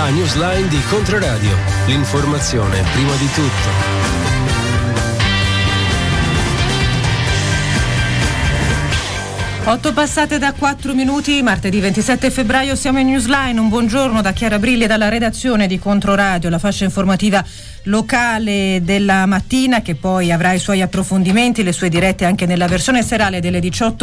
La newsline di Controradio. L'informazione prima di tutto. 8 passate da 4 minuti, martedì 27 febbraio, siamo in Newsline. Un buongiorno da Chiara Brilli e dalla redazione di Controradio, la fascia informativa locale della mattina, che poi avrà i suoi approfondimenti, le sue dirette anche nella versione serale delle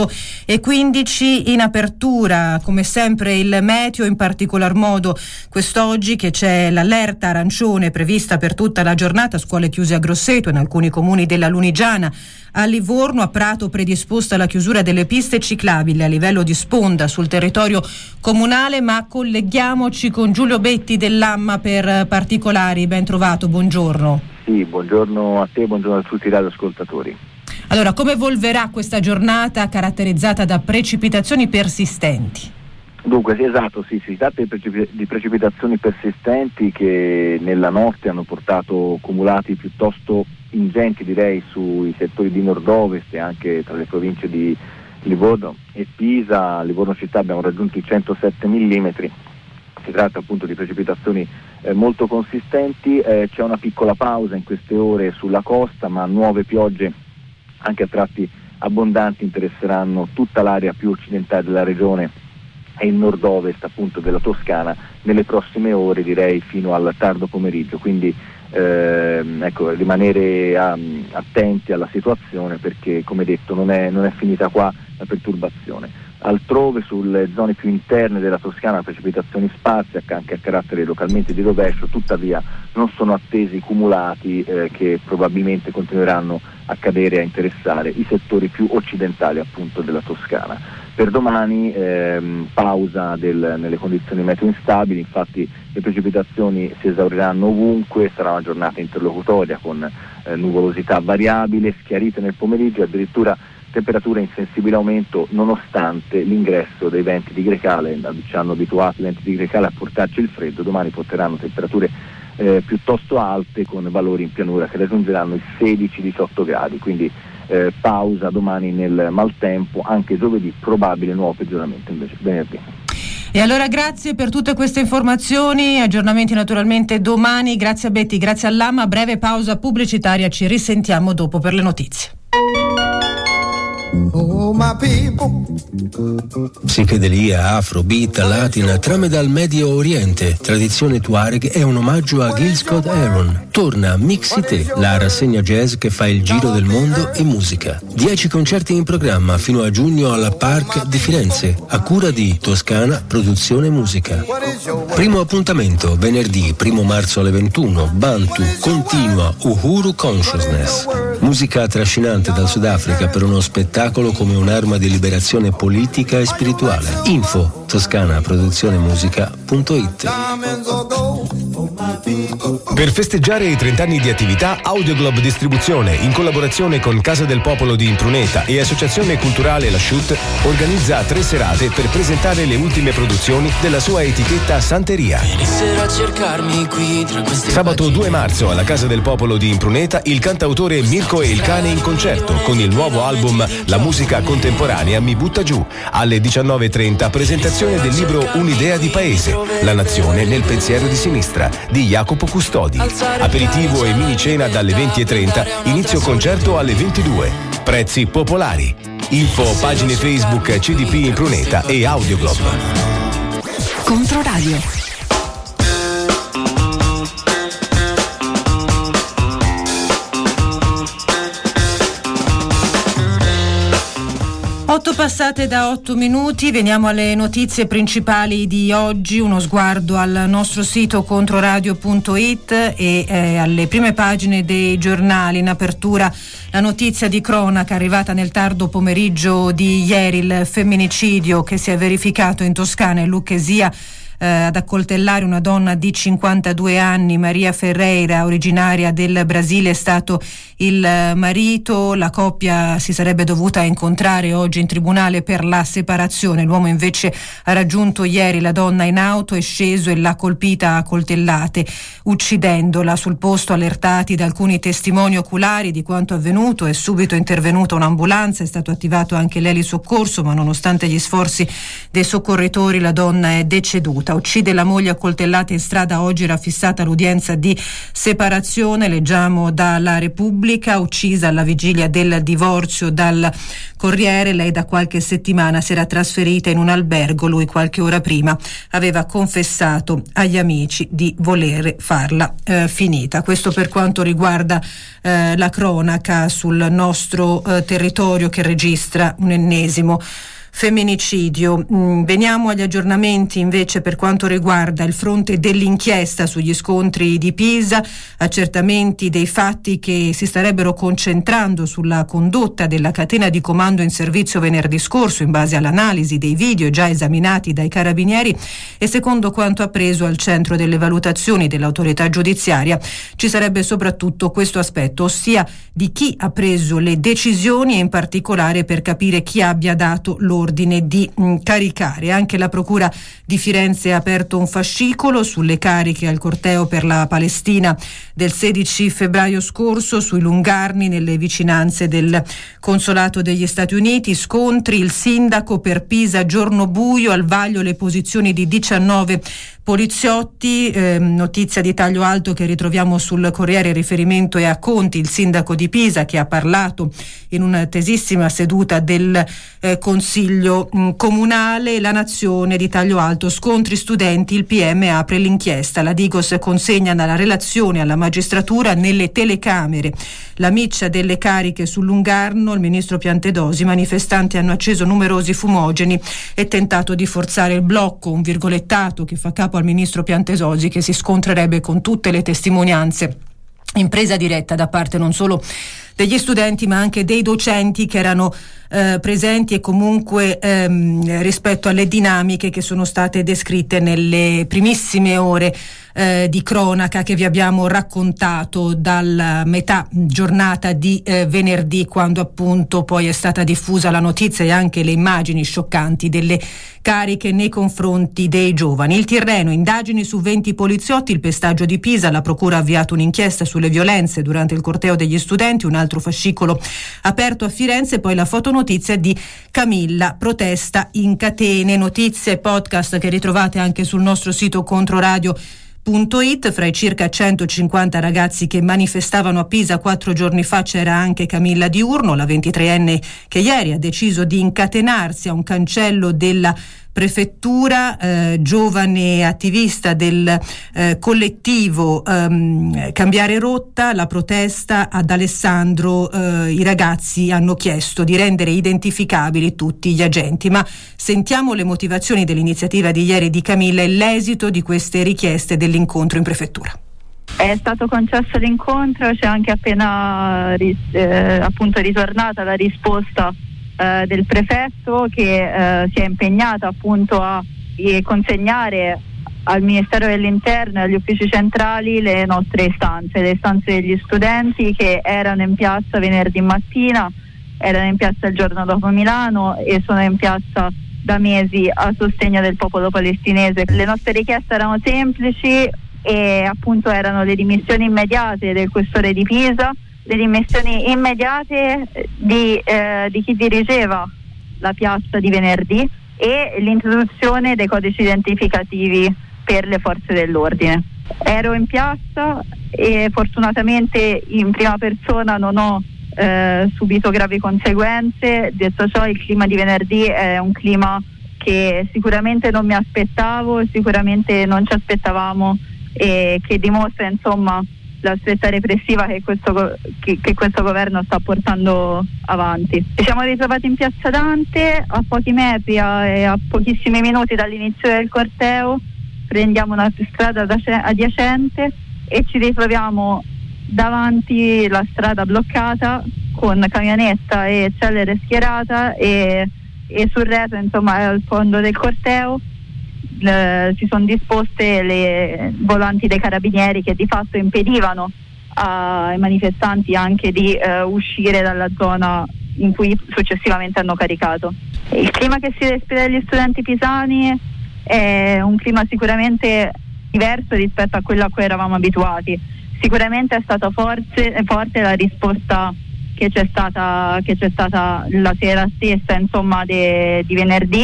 18:15. In apertura, come sempre, il meteo, in particolar modo quest'oggi che c'è l'allerta arancione prevista per tutta la giornata, scuole chiuse a Grosseto, in alcuni comuni della Lunigiana, a Livorno, a Prato predisposta alla chiusura delle piste ciclabili a livello di sponda sul territorio comunale, ma colleghiamoci con Giulio Betti dell'AMMA per particolari. Ben trovato, buongiorno. Sì, buongiorno a te, buongiorno a tutti i radioascoltatori. Allora, come evolverà questa giornata caratterizzata da precipitazioni persistenti? Dunque, sì, esatto, sì, si tratta di precipitazioni persistenti che nella notte hanno portato cumulati piuttosto ingenti, direi, sui settori di nord-ovest e anche tra le province di Livorno e Pisa. A Livorno città abbiamo raggiunto i 107 mm. Si tratta appunto di precipitazioni molto consistenti. C'è una piccola pausa in queste ore sulla costa, ma nuove piogge anche a tratti abbondanti interesseranno tutta l'area più occidentale della regione e il nord-ovest appunto della Toscana nelle prossime ore, direi fino al tardo pomeriggio, quindi rimanere attenti alla situazione, perché come detto non è finita qua la perturbazione. Altrove, sulle zone più interne della Toscana, precipitazioni sparse anche a carattere localmente di rovescio, tuttavia non sono attesi cumulati che probabilmente continueranno a cadere, a interessare i settori più occidentali appunto della Toscana. Per domani pausa nelle condizioni meteo instabili, infatti le precipitazioni si esauriranno ovunque, sarà una giornata interlocutoria con nuvolosità variabile, schiarite nel pomeriggio, addirittura temperatura in sensibile aumento nonostante l'ingresso dei venti di Grecale. Ci hanno abituato i venti di Grecale a portarci il freddo. Domani porteranno temperature piuttosto alte, con valori in pianura che raggiungeranno i 16-18 gradi, quindi pausa domani nel maltempo, anche giovedì probabile nuovo peggioramento invece venerdì. E allora grazie per tutte queste informazioni, aggiornamenti naturalmente domani. Grazie a Betti, grazie all'AMMA. Breve pausa pubblicitaria, ci risentiamo dopo per le notizie. Psichedelia, afro, beat, latina, trame dal Medio Oriente, tradizione Tuareg è un omaggio a Gil Scott Heron. Torna Mixite, la rassegna jazz che fa il giro del mondo in musica. 10 concerti in programma fino a giugno al Park di Firenze, a cura di Toscana Produzione Musica. Primo appuntamento venerdì 1 marzo alle 21, Bantu continua Uhuru Consciousness. Musica trascinante dal Sudafrica per uno spettacolo come un'arma di liberazione politica e spirituale. Info toscanaproduzionemusica.it. Per festeggiare i 30 anni di attività, Audioglobe Distribuzione, in collaborazione con Casa del Popolo di Impruneta e Associazione Culturale La Chute, organizza 3 serate per presentare le ultime produzioni della sua etichetta Santeria. Sabato 2 marzo alla Casa del Popolo di Impruneta, il cantautore Mirko e il Cane in concerto con il nuovo album La musica contemporanea mi butta giù. Alle 19:30 presentazione del libro Un'idea di paese, la nazione nel pensiero di sinistra di Jacopo Custodi. Aperitivo e mini cena dalle 20:30, inizio concerto alle 22. Prezzi popolari. Info pagine Facebook CDP Impruneta e Audioglobe. Controradio. 8 passate da 8 minuti, veniamo alle notizie principali di oggi, uno sguardo al nostro sito controradio.it e alle prime pagine dei giornali. In apertura la notizia di cronaca arrivata nel tardo pomeriggio di ieri, il femminicidio che si è verificato in Toscana e Lucchesia. Ad accoltellare una donna di 52 anni, Maria Ferreira, originaria del Brasile, è stato il marito. La coppia si sarebbe dovuta incontrare oggi in tribunale per la separazione. L'uomo invece ha raggiunto ieri la donna in auto, è sceso e l'ha colpita a coltellate, uccidendola. Sul posto, allertati da alcuni testimoni oculari di quanto avvenuto, è subito intervenuta un'ambulanza, è stato attivato anche l'elisoccorso, ma nonostante gli sforzi dei soccorritori la donna è deceduta. Pubblica. Uccide la moglie a coltellate in strada, oggi era fissata l'udienza di separazione, leggiamo dalla Repubblica. Uccisa alla vigilia del divorzio dal Corriere, lei da qualche settimana si era trasferita in un albergo, lui qualche ora prima aveva confessato agli amici di voler farla finita. Questo per quanto riguarda la cronaca sul nostro territorio, che registra un ennesimo femminicidio. Veniamo agli aggiornamenti invece per quanto riguarda il fronte dell'inchiesta sugli scontri di Pisa, accertamenti dei fatti che si starebbero concentrando sulla condotta della catena di comando in servizio venerdì scorso in base all'analisi dei video già esaminati dai carabinieri, e secondo quanto appreso al centro delle valutazioni dell'autorità giudiziaria ci sarebbe soprattutto questo aspetto, ossia di chi ha preso le decisioni e in particolare per capire chi abbia dato l'ordine di caricare. Anche la Procura di Firenze ha aperto un fascicolo sulle cariche al corteo per la Palestina del 16 febbraio scorso sui Lungarni nelle vicinanze del Consolato degli Stati Uniti. Scontri, il sindaco per Pisa, giorno buio, al vaglio le posizioni di 19 poliziotti. Notizia di taglio alto che ritroviamo sul Corriere, il riferimento è a Conti, il sindaco di Pisa, che ha parlato in una tesissima seduta del Consiglio comunale. La Nazione di taglio alto, scontri studenti, il PM apre l'inchiesta, la Digos consegna la relazione alla magistratura, nelle telecamere la miccia delle cariche sul Lungarno, il ministro Piantedosi, i manifestanti hanno acceso numerosi fumogeni e tentato di forzare il blocco, un virgolettato che fa capo al ministro Piantedosi, che si scontrerebbe con tutte le testimonianze in presa diretta da parte non solo degli studenti ma anche dei docenti che erano presenti, e comunque rispetto alle dinamiche che sono state descritte nelle primissime ore di cronaca che vi abbiamo raccontato dalla metà giornata di venerdì, quando appunto poi è stata diffusa la notizia e anche le immagini scioccanti delle cariche nei confronti dei giovani. Il Tirreno, indagini su 20 poliziotti, il pestaggio di Pisa, la procura ha avviato un'inchiesta sulle violenze durante il corteo degli studenti, un altro fascicolo aperto a Firenze, poi la fotonotizia di Camilla, protesta in catene. Notizie e podcast che ritrovate anche sul nostro sito controradio.it. Fra i circa 150 ragazzi che manifestavano a Pisa 4 giorni fa c'era anche Camilla Diurno, la 23enne che ieri ha deciso di incatenarsi a un cancello della prefettura, giovane attivista del collettivo Cambiare Rotta. La protesta ad Alessandro, i ragazzi hanno chiesto di rendere identificabili tutti gli agenti, ma sentiamo le motivazioni dell'iniziativa di ieri di Camilla e l'esito di queste richieste dell'incontro in prefettura. È stato concesso l'incontro, c'è anche appena appunto ritornata la risposta del prefetto, che si è impegnato appunto a consegnare al Ministero dell'Interno e agli uffici centrali le nostre istanze, le istanze degli studenti che erano in piazza venerdì mattina, erano in piazza il giorno dopo Milano e sono in piazza da mesi a sostegno del popolo palestinese. Le nostre richieste erano semplici e appunto erano le dimissioni immediate del questore di Pisa, le dimissioni immediate di chi dirigeva la piazza di venerdì e l'introduzione dei codici identificativi per le forze dell'ordine. Ero in piazza e fortunatamente in prima persona non ho subito gravi conseguenze. Detto ciò, il clima di venerdì è un clima che sicuramente non mi aspettavo, sicuramente non ci aspettavamo, e che dimostra insomma la stretta repressiva che questo governo sta portando avanti. Ci siamo ritrovati in piazza Dante, a pochi metri e a pochissimi minuti dall'inizio del corteo. Prendiamo una strada adiacente e ci ritroviamo davanti la strada bloccata con camionetta e celere schierata e sul retro, insomma al fondo del corteo si sono disposte le volanti dei carabinieri che di fatto impedivano ai manifestanti anche di uscire dalla zona in cui successivamente hanno caricato. Il clima che si respira dagli studenti pisani è un clima sicuramente diverso rispetto a quello a cui eravamo abituati. Sicuramente è stata forte la risposta che c'è stata la sera stessa, insomma, di venerdì,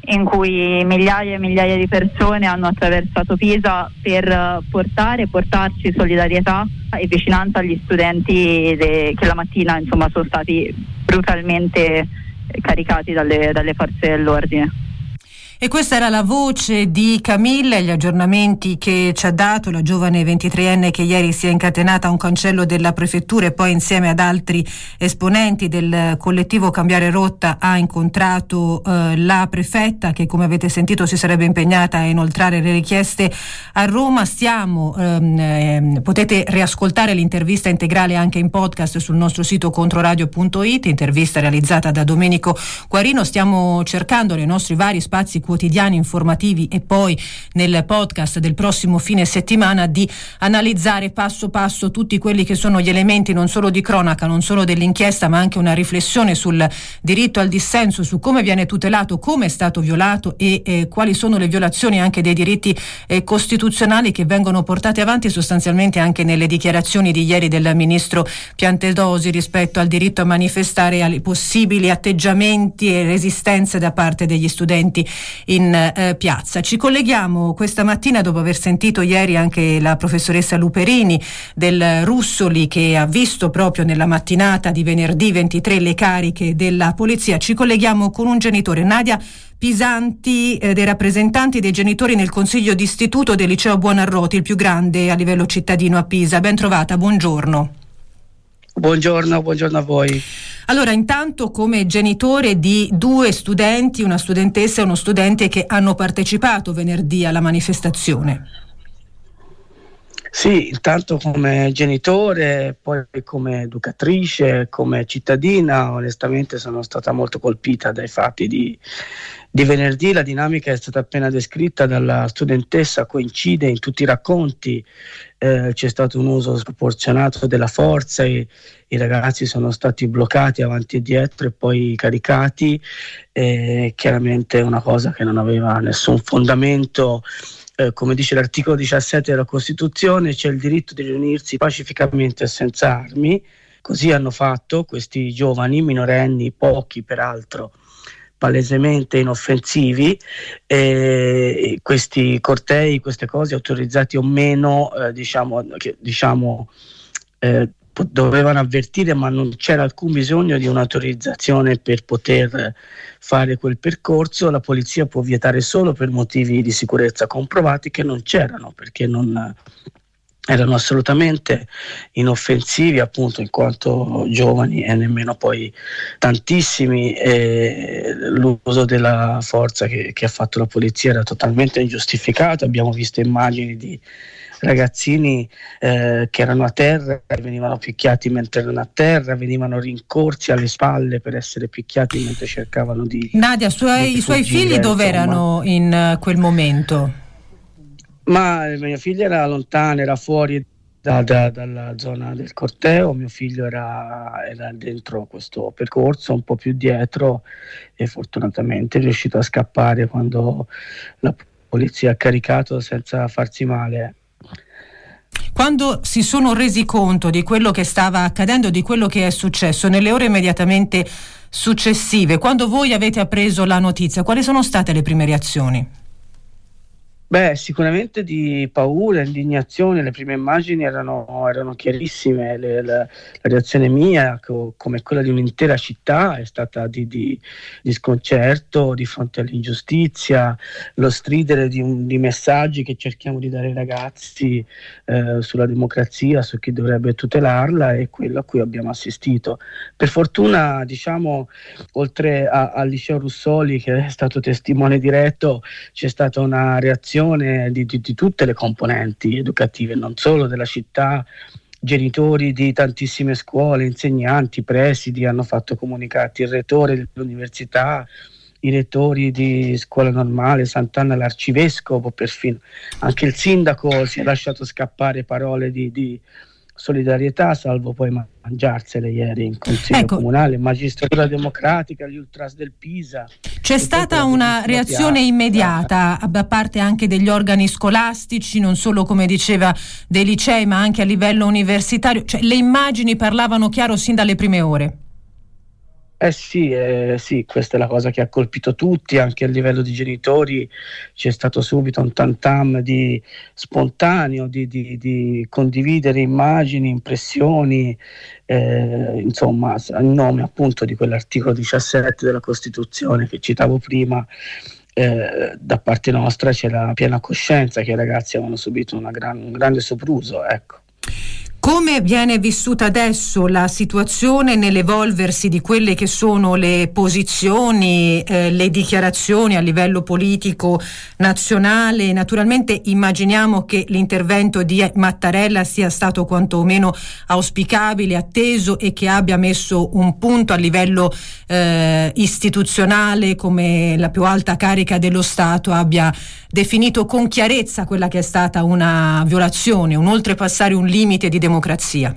in cui migliaia e migliaia di persone hanno attraversato Pisa per portarci solidarietà e vicinanza agli studenti che la mattina insomma sono stati brutalmente caricati dalle forze dell'ordine. E questa era la voce di Camilla e gli aggiornamenti che ci ha dato la giovane 23enne che ieri si è incatenata a un cancello della prefettura e poi insieme ad altri esponenti del collettivo Cambiare Rotta ha incontrato la prefetta, che come avete sentito si sarebbe impegnata a inoltrare le richieste a Roma. Potete riascoltare l'intervista integrale anche in podcast sul nostro sito controradio.it, intervista realizzata da Domenico Guarino. Stiamo cercando nei nostri vari spazi quotidiani informativi e poi nel podcast del prossimo fine settimana di analizzare passo passo tutti quelli che sono gli elementi non solo di cronaca, non solo dell'inchiesta, ma anche una riflessione sul diritto al dissenso, su come viene tutelato, come è stato violato e quali sono le violazioni anche dei diritti costituzionali che vengono portate avanti sostanzialmente anche nelle dichiarazioni di ieri del ministro Piantedosi rispetto al diritto a manifestare, ai possibili atteggiamenti e resistenze da parte degli studenti in piazza. Ci colleghiamo questa mattina dopo aver sentito ieri anche la professoressa Luperini del Russoli, che ha visto proprio nella mattinata di venerdì 23 le cariche della polizia. Ci colleghiamo con un genitore, Nadia Pisanti, dei rappresentanti dei genitori nel consiglio d'istituto del liceo Buonarroti, il più grande a livello cittadino a Pisa. Ben trovata, buongiorno. Buongiorno a voi. Allora, intanto come genitore di 2 studenti, una studentessa e uno studente che hanno partecipato venerdì alla manifestazione. Sì, intanto come genitore, poi come educatrice, come cittadina, onestamente sono stata molto colpita dai fatti di venerdì. La dinamica è stata appena descritta dalla studentessa, coincide in tutti i racconti. C'è stato un uso sproporzionato della forza, i ragazzi sono stati bloccati avanti e dietro e poi caricati, chiaramente una cosa che non aveva nessun fondamento. Come dice l'articolo 17 della Costituzione, c'è il diritto di riunirsi pacificamente e senza armi. Così hanno fatto questi giovani minorenni, pochi peraltro, palesemente inoffensivi, questi cortei, queste cose autorizzati o meno, dovevano avvertire, ma non c'era alcun bisogno di un'autorizzazione per poter fare quel percorso. La polizia può vietare solo per motivi di sicurezza comprovati, che non c'erano, perché non erano assolutamente inoffensivi, appunto in quanto giovani e nemmeno poi tantissimi. L'uso della forza che ha fatto la polizia era totalmente ingiustificato. Abbiamo visto immagini di ragazzini che erano a terra, venivano picchiati mentre erano a terra, venivano rincorsi alle spalle per essere picchiati mentre cercavano di... Nadia, i suoi figli dove erano in quel momento? Ma mia figlia era lontana, era fuori dalla zona del corteo. Mio figlio era dentro questo percorso, un po' più dietro, e fortunatamente è riuscito a scappare quando la polizia ha caricato senza farsi male. Quando si sono resi conto di quello che stava accadendo, di quello che è successo nelle ore immediatamente successive, quando voi avete appreso la notizia, quali sono state le prime reazioni? Beh, sicuramente di paura, indignazione. Le prime immagini erano chiarissime. La reazione mia, come quella di un'intera città, è stata di sconcerto di fronte all'ingiustizia, lo stridere di messaggi che cerchiamo di dare ai ragazzi sulla democrazia, su chi dovrebbe tutelarla, e quello a cui abbiamo assistito. Per fortuna, oltre al liceo Russoli, che è stato testimone diretto, c'è stata una reazione di tutte le componenti educative, non solo della città. Genitori di tantissime scuole, insegnanti, presidi hanno fatto comunicati, il rettore dell'università, i rettori di scuola normale, Sant'Anna, l'arcivescovo, perfino anche il sindaco si è lasciato scappare parole di solidarietà, salvo poi mangiarsele ieri in consiglio comunale, magistratura democratica, gli ultras del Pisa. C'è stata una reazione immediata da parte anche degli organi scolastici, non solo, come diceva, dei licei, ma anche a livello universitario, cioè le immagini parlavano chiaro sin dalle prime ore. Sì, questa è la cosa che ha colpito tutti, anche a livello di genitori c'è stato subito un tam-tam di spontaneo, di condividere immagini, impressioni, insomma, in nome appunto di quell'articolo 17 della Costituzione che citavo prima. Da parte nostra c'era piena coscienza che i ragazzi avevano subito un grande sopruso, ecco. Come viene vissuta adesso la situazione nell'evolversi di quelle che sono le posizioni, le dichiarazioni a livello politico nazionale? Naturalmente immaginiamo che l'intervento di Mattarella sia stato quantomeno auspicabile, atteso e che abbia messo un punto a livello istituzionale, come la più alta carica dello Stato abbia definito con chiarezza quella che è stata una violazione, un oltrepassare un limite di democrazia.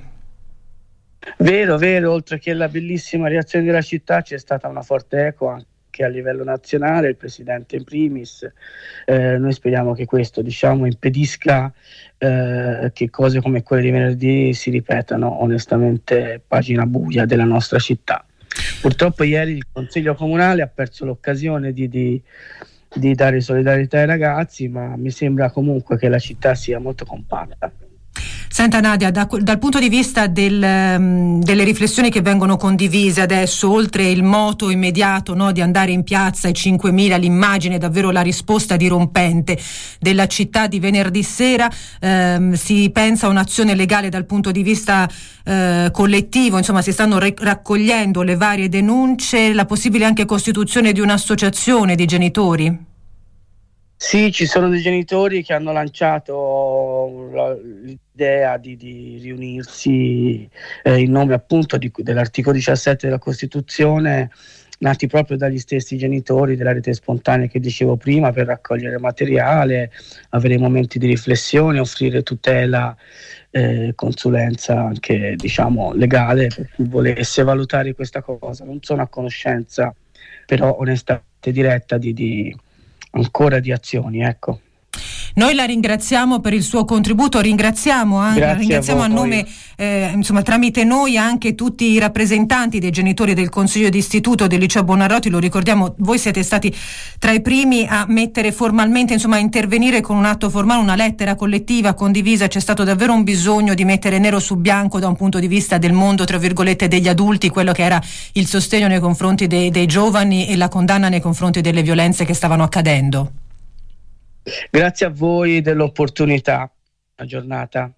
Vero, oltre che la bellissima reazione della città c'è stata una forte eco anche a livello nazionale, il Presidente in primis. Noi speriamo che questo, impedisca che cose come quelle di venerdì si ripetano. Onestamente, pagina buia della nostra città. Purtroppo ieri il Consiglio Comunale ha perso l'occasione di dare solidarietà ai ragazzi, ma mi sembra comunque che la città sia molto compatta. Senta Nadia, dal punto di vista delle riflessioni che vengono condivise adesso, oltre il moto immediato, no, di andare in piazza ai 5.000, l'immagine, davvero la risposta dirompente della città di venerdì sera, si pensa a un'azione legale dal punto di vista collettivo, insomma si stanno raccogliendo le varie denunce, la possibile anche costituzione di un'associazione di genitori? Sì, ci sono dei genitori che hanno lanciato l'idea di riunirsi in nome appunto dell'articolo 17 della Costituzione, nati proprio dagli stessi genitori della rete spontanea che dicevo prima, per raccogliere materiale, avere momenti di riflessione, offrire tutela, consulenza anche legale per chi volesse valutare questa cosa. Non sono a conoscenza però onestamente diretta ancora di azioni, ecco. Noi la ringraziamo per il suo contributo, ringraziamo a nome, tramite noi anche tutti i rappresentanti dei genitori del Consiglio d'Istituto del Liceo Buonarroti. Lo ricordiamo, voi siete stati tra i primi a mettere formalmente, a intervenire con un atto formale, una lettera collettiva condivisa. C'è stato davvero un bisogno di mettere nero su bianco da un punto di vista del mondo, tra virgolette, degli adulti, quello che era il sostegno nei confronti dei giovani e la condanna nei confronti delle violenze che stavano accadendo. Grazie a voi dell'opportunità. Buona giornata.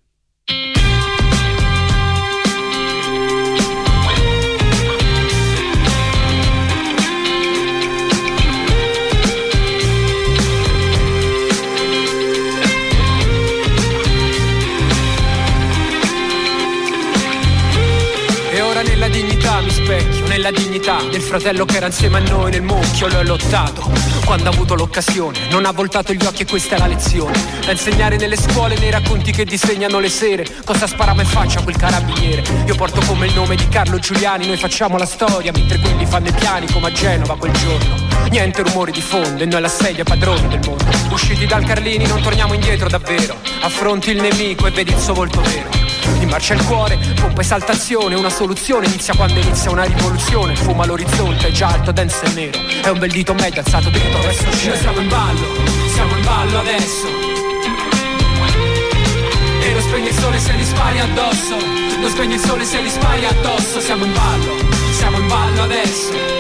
E ora nella dignità mi specchio, nella dignità del fratello che era insieme a noi nel mucchio. Lo ho lottato quando ha avuto l'occasione, non ha voltato gli occhi e questa è la lezione da insegnare nelle scuole, nei racconti che disegnano le sere. Cosa sparava in faccia quel carabiniere? Io porto come il nome di Carlo Giuliani, noi facciamo la storia mentre quelli fanno i piani, come a Genova quel giorno. Niente rumori di fondo e noi l'assedio padroni del mondo. Usciti dal Carlini non torniamo indietro davvero, affronti il nemico e vedi il suo volto vero. In marcia il cuore, pompa esaltazione, una soluzione inizia quando inizia una rivoluzione. Fuma l'orizzonte, è già alto, denso e nero, è un bel dito medio alzato dritto verso il cielo. Noi siamo in ballo adesso, e non spegni il sole se li spari addosso, non spegni il sole se li spari addosso. Siamo in ballo adesso.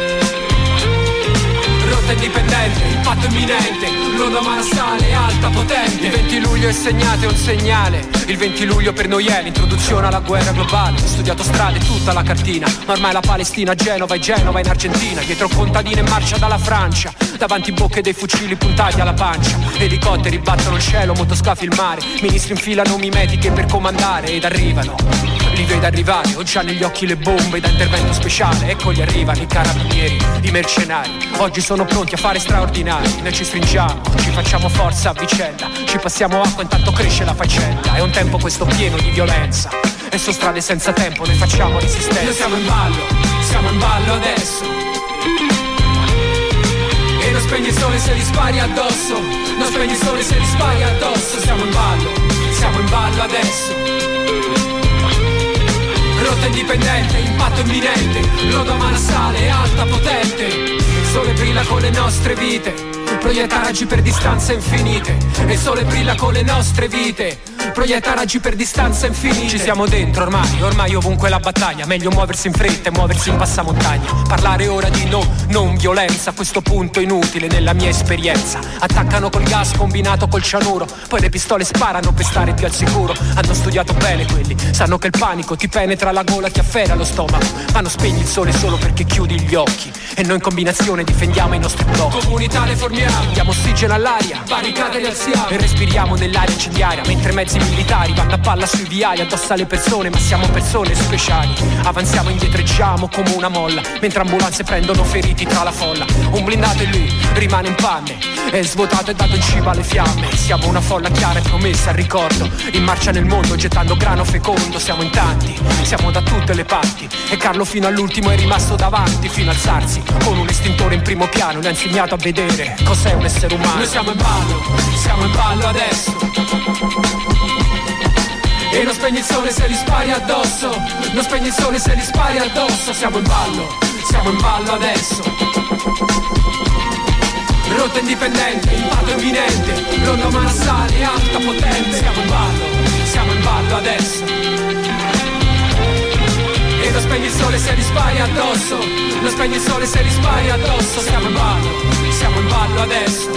Rotta indipendente, impatto imminente, l'onda marasale alta, potente. Il 20 luglio è segnato, è un segnale. Il 20 luglio per noi è l'introduzione alla guerra globale. Ho studiato strade, tutta la cartina, ma ormai la Palestina, Genova in Argentina. Dietro contadine in marcia dalla Francia, davanti bocche dei fucili puntati alla pancia. Elicotteri battono il cielo, motoscafi il mare, ministri infilano mimetiche per comandare ed arrivano. Li vedo arrivare, ho già negli occhi le bombe da intervento speciale. Eccoli arrivano i carabinieri, i mercenari. Oggi sono pronti a fare straordinari. Noi ci stringiamo, ci facciamo forza a vicenda, ci passiamo acqua intanto cresce la faccenda. È un tempo questo pieno di violenza e su strade senza tempo noi facciamo resistenza. Noi siamo in ballo adesso, e non spegni il sole se li spari addosso, non spegni il sole se li spari addosso. Siamo in ballo adesso. rotta indipendente, impatto imminente, lodo a mano sale, alta potente. Il sole brilla con le nostre vite, proietta raggi per distanze infinite. E il sole brilla con le nostre vite, proietta raggi per distanze infinite. Ci siamo dentro ormai ovunque la battaglia. Meglio muoversi in fretta e muoversi in passamontagna. Parlare ora di non violenza, a questo punto inutile nella mia esperienza. Attaccano col gas combinato col cianuro, poi le pistole sparano per stare più al sicuro. Hanno studiato bene quelli, sanno che il panico ti penetra la gola, ti afferra lo stomaco. Ma non spegni il sole solo perché chiudi gli occhi, e noi in combinazione difendiamo i nostri blocchi. Comunità le formiamo, diamo ossigeno all'aria, barricate le alziamo e respiriamo nell'aria incendiaria. Mentre mezzi militari vanno a palla sui viali, addosso alle persone, ma siamo persone speciali. Avanziamo e indietreggiamo come una molla, mentre ambulanze prendono feriti tra la folla. Un blindato e lui rimane in panne, è svuotato e dato in cima alle fiamme. Siamo una folla chiara e promessa al ricordo, in marcia nel mondo gettando grano fecondo. Siamo in tanti, siamo da tutte le parti, e Carlo fino all'ultimo è rimasto davanti, fino a alzarsi con un estintore in primo piano. Gli ha insegnato a vedere cos'è un essere umano. Noi siamo in ballo adesso, e non spegni il sole se li spari addosso, non spegni il sole se li spari addosso. Siamo in ballo adesso. Rotta indipendente, impatto imminente, l'onda umana sale, alta potente. Siamo in ballo adesso. E non spegni il sole se li spari addosso, non spegni il sole se li spari addosso. Siamo in ballo adesso.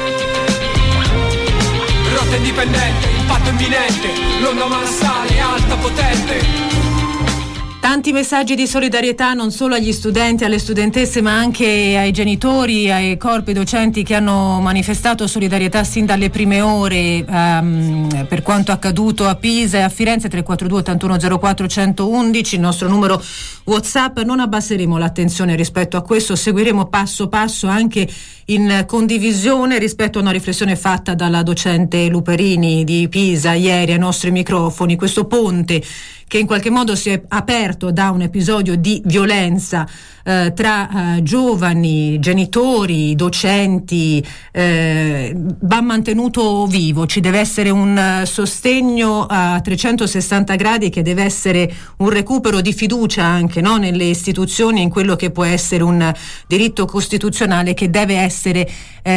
Rotta indipendente, impatto imminente, l'onda umana sale, alta potente. Tanti messaggi di solidarietà non solo agli studenti, alle studentesse, ma anche ai genitori, ai corpi docenti che hanno manifestato solidarietà sin dalle prime ore per quanto accaduto a Pisa e a Firenze. 342 81 04 111, il nostro numero WhatsApp. Non abbasseremo l'attenzione rispetto a questo, seguiremo passo passo anche in condivisione rispetto a una riflessione fatta dalla docente Luperini di Pisa ieri ai nostri microfoni. Questo ponte che in qualche modo si è aperto da un episodio di violenza tra giovani, genitori, docenti, va mantenuto vivo. Ci deve essere un sostegno a 360 gradi, che deve essere un recupero di fiducia anche, no, nelle istituzioni, in quello che può essere un diritto costituzionale che deve essere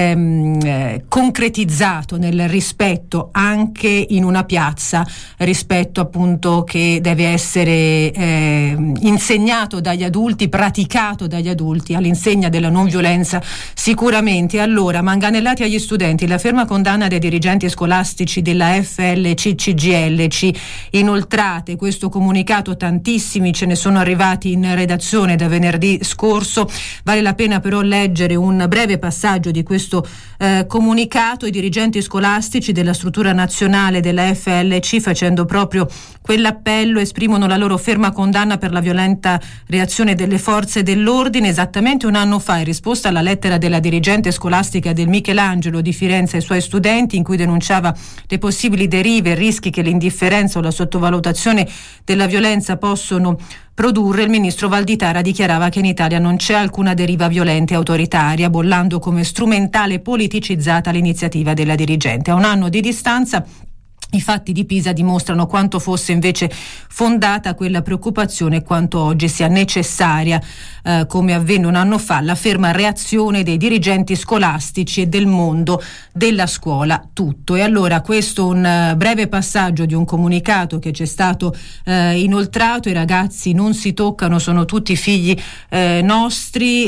concretizzato nel rispetto anche in una piazza, rispetto appunto che deve essere insegnato dagli adulti, praticato dagli adulti, all'insegna della non violenza sicuramente. Allora, manganellati agli studenti, la ferma condanna dei dirigenti scolastici della FLC-CGIL, inoltrate questo comunicato, tantissimi ce ne sono arrivati in redazione da venerdì scorso. Vale la pena però leggere un breve passaggio di questo comunicato. I dirigenti scolastici della struttura nazionale della FLC, facendo proprio quell'appello, esprimono la loro ferma condanna per la violenta reazione delle forze dell'ordine. Esattamente un anno fa, in risposta alla lettera della dirigente scolastica del Michelangelo di Firenze ai suoi studenti, in cui denunciava le possibili derive e rischi che l'indifferenza o la sottovalutazione della violenza possono produrre, il ministro Valditara dichiarava che in Italia non c'è alcuna deriva violenta e autoritaria, bollando come strumentale e politicizzata l'iniziativa della dirigente. A un anno di distanza, i fatti di Pisa dimostrano quanto fosse invece fondata quella preoccupazione e quanto oggi sia necessaria, come avvenne un anno fa, la ferma reazione dei dirigenti scolastici e del mondo della scuola tutto. E allora questo un breve passaggio di un comunicato che ci è stato inoltrato. I ragazzi non si toccano, sono tutti figli nostri,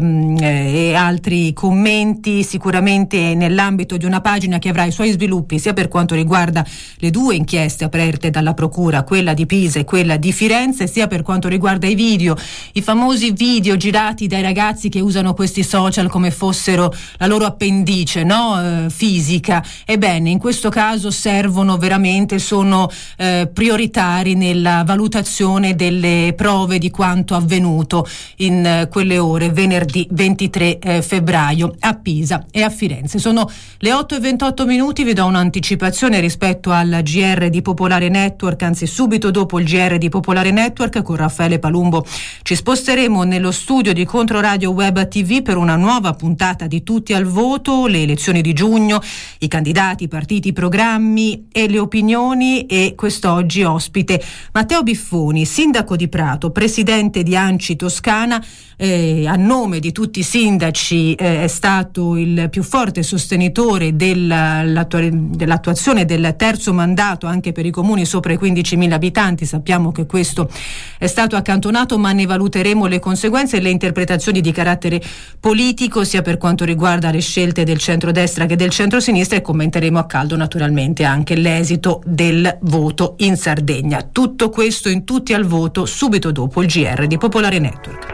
e altri commenti sicuramente nell'ambito di una pagina che avrà i suoi sviluppi sia per quanto riguarda le due inchieste aperte dalla procura, quella di Pisa e quella di Firenze, sia per quanto riguarda i video, i famosi video girati dai ragazzi che usano questi social come fossero la loro appendice, no? Fisica. Ebbene, in questo caso servono veramente, sono prioritari nella valutazione delle prove di quanto avvenuto in quelle ore venerdì 23 febbraio a Pisa e a Firenze. Sono le 8:28, vi do un'anticipazione rispetto rispetto al GR di Popolare Network, anzi subito dopo il GR di Popolare Network. Con Raffaele Palumbo ci sposteremo nello studio di Controradio Web TV per una nuova puntata di Tutti al Voto, le elezioni di giugno, i candidati, i partiti, i programmi e le opinioni. E quest'oggi ospite Matteo Biffoni, sindaco di Prato, presidente di ANCI Toscana. A nome di tutti i sindaci è stato il più forte sostenitore dell'attuazione del terzo mandato anche per i comuni sopra i 15.000 abitanti. Sappiamo che questo è stato accantonato, ma ne valuteremo le conseguenze e le interpretazioni di carattere politico, sia per quanto riguarda le scelte del centrodestra che del centrosinistra, e commenteremo a caldo naturalmente anche l'esito del voto in Sardegna. Tutto questo in Tutti al Voto subito dopo il GR di Popolare Network.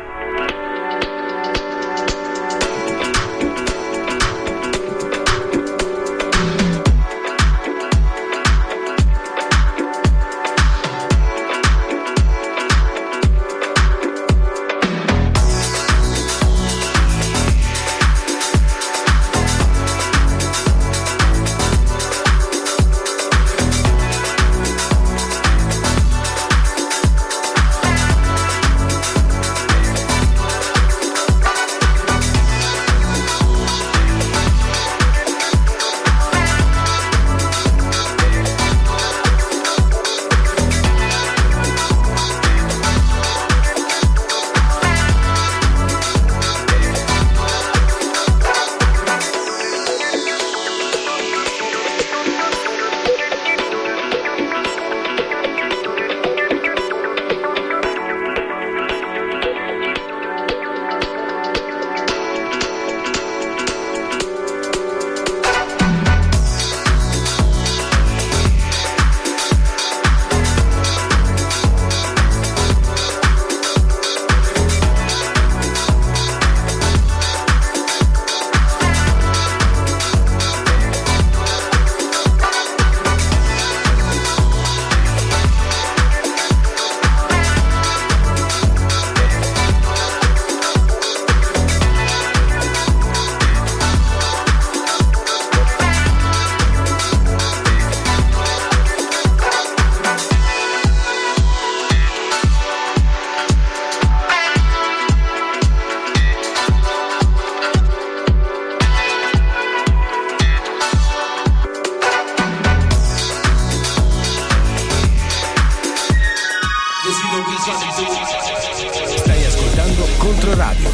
Stai ascoltando Controradio.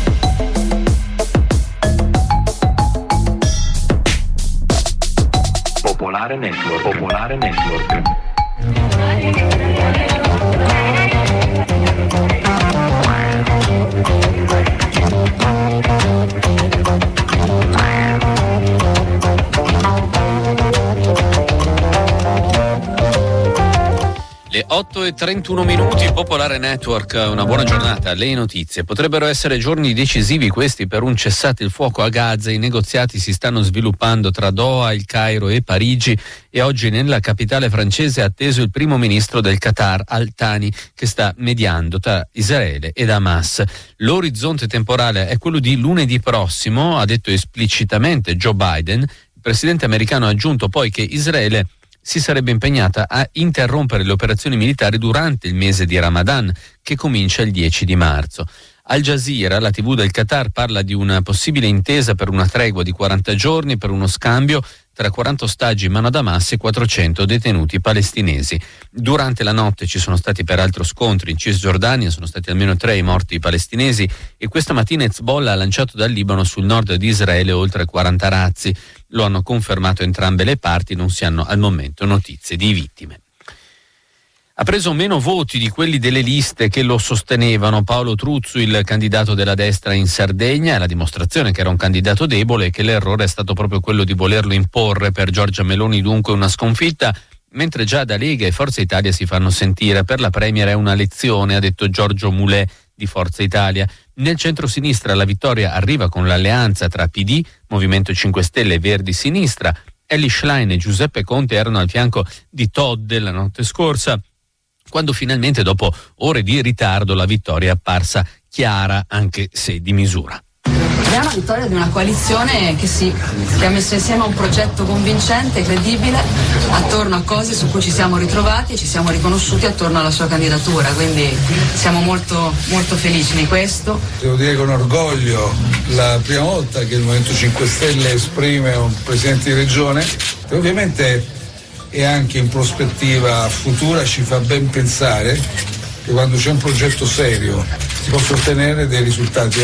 Popolare Network. Popolare Network. Le 8:31, Popolare Network, una buona giornata. Le notizie. Potrebbero essere giorni decisivi questi per un cessate il fuoco a Gaza. I negoziati si stanno sviluppando tra Doha, il Cairo e Parigi, e oggi nella capitale francese è atteso il primo ministro del Qatar, Al Thani, che sta mediando tra Israele ed Hamas. L'orizzonte temporale è quello di lunedì prossimo, ha detto esplicitamente Joe Biden. Il presidente americano ha aggiunto poi che Israele si sarebbe impegnata a interrompere le operazioni militari durante il mese di Ramadan, che comincia il 10 di marzo. Al Jazeera, la TV del Qatar, parla di una possibile intesa per una tregua di 40 giorni per uno scambio tra 40 ostaggi in mano ad Hamas e 400 detenuti palestinesi. Durante la notte ci sono stati peraltro scontri in Cisgiordania, sono stati almeno 3 i morti palestinesi, e questa mattina Hezbollah ha lanciato dal Libano sul nord di Israele oltre 40 razzi. Lo hanno confermato entrambe le parti, non si hanno al momento notizie di vittime. Ha preso meno voti di quelli delle liste che lo sostenevano. Paolo Truzzu, il candidato della destra in Sardegna, è la dimostrazione che era un candidato debole e che l'errore è stato proprio quello di volerlo imporre. Per Giorgia Meloni dunque una sconfitta, mentre già da Lega e Forza Italia si fanno sentire. Per la Premier è una lezione, ha detto Giorgio Mulè di Forza Italia. Nel centro-sinistra la vittoria arriva con l'alleanza tra PD, Movimento 5 Stelle e Verdi Sinistra. Elly Schlein e Giuseppe Conte erano al fianco di Todde la notte scorsa, quando finalmente, dopo ore di ritardo, la vittoria è apparsa chiara, anche se di misura. È una vittoria di una coalizione che ha messo insieme un progetto convincente, credibile, attorno a cose su cui ci siamo ritrovati e ci siamo riconosciuti attorno alla sua candidatura, quindi siamo molto, molto felici di questo. Devo dire con orgoglio, la prima volta che il Movimento 5 Stelle esprime un presidente di regione, e ovviamente e anche in prospettiva futura ci fa ben pensare che quando c'è un progetto serio si possono ottenere dei risultati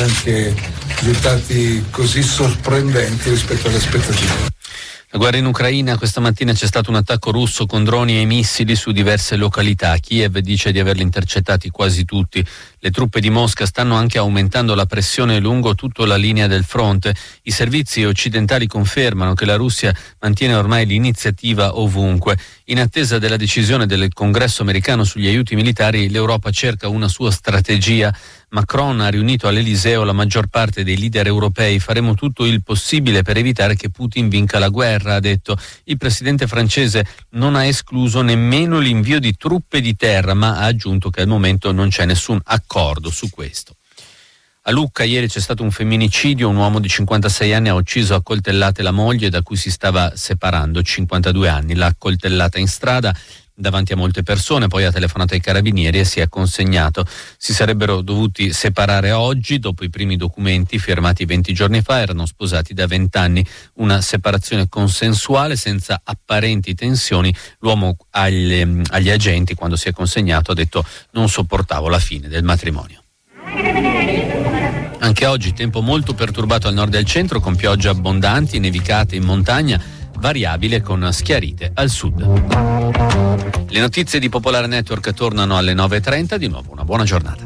così sorprendenti rispetto alle aspettative. La guerra in Ucraina, questa mattina c'è stato un attacco russo con droni e missili su diverse località. Kiev dice di averli intercettati quasi tutti. Le truppe di Mosca stanno anche aumentando la pressione lungo tutta la linea del fronte. I servizi occidentali confermano che la Russia mantiene ormai l'iniziativa ovunque. In attesa della decisione del Congresso americano sugli aiuti militari, l'Europa cerca una sua strategia. Macron ha riunito all'Eliseo la maggior parte dei leader europei. Faremo tutto il possibile per evitare che Putin vinca la guerra, ha detto. Il presidente francese non ha escluso nemmeno l'invio di truppe di terra, ma ha aggiunto che al momento non c'è nessun accordo su questo. A Lucca ieri c'è stato un femminicidio, un uomo di 56 anni ha ucciso a coltellate la moglie da cui si stava separando, 52 anni, l'ha coltellata in strada davanti a molte persone, poi ha telefonato ai carabinieri e si è consegnato. Si sarebbero dovuti separare oggi, dopo i primi documenti firmati 20 giorni fa, erano sposati da 20 anni, una separazione consensuale senza apparenti tensioni. L'uomo agli agenti, quando si è consegnato, ha detto: non sopportavo la fine del matrimonio. Anche oggi tempo molto perturbato al nord e al centro, con piogge abbondanti, nevicate in montagna, variabile con schiarite al sud. Le notizie di Popolare Network tornano alle 9:30, di nuovo una buona giornata.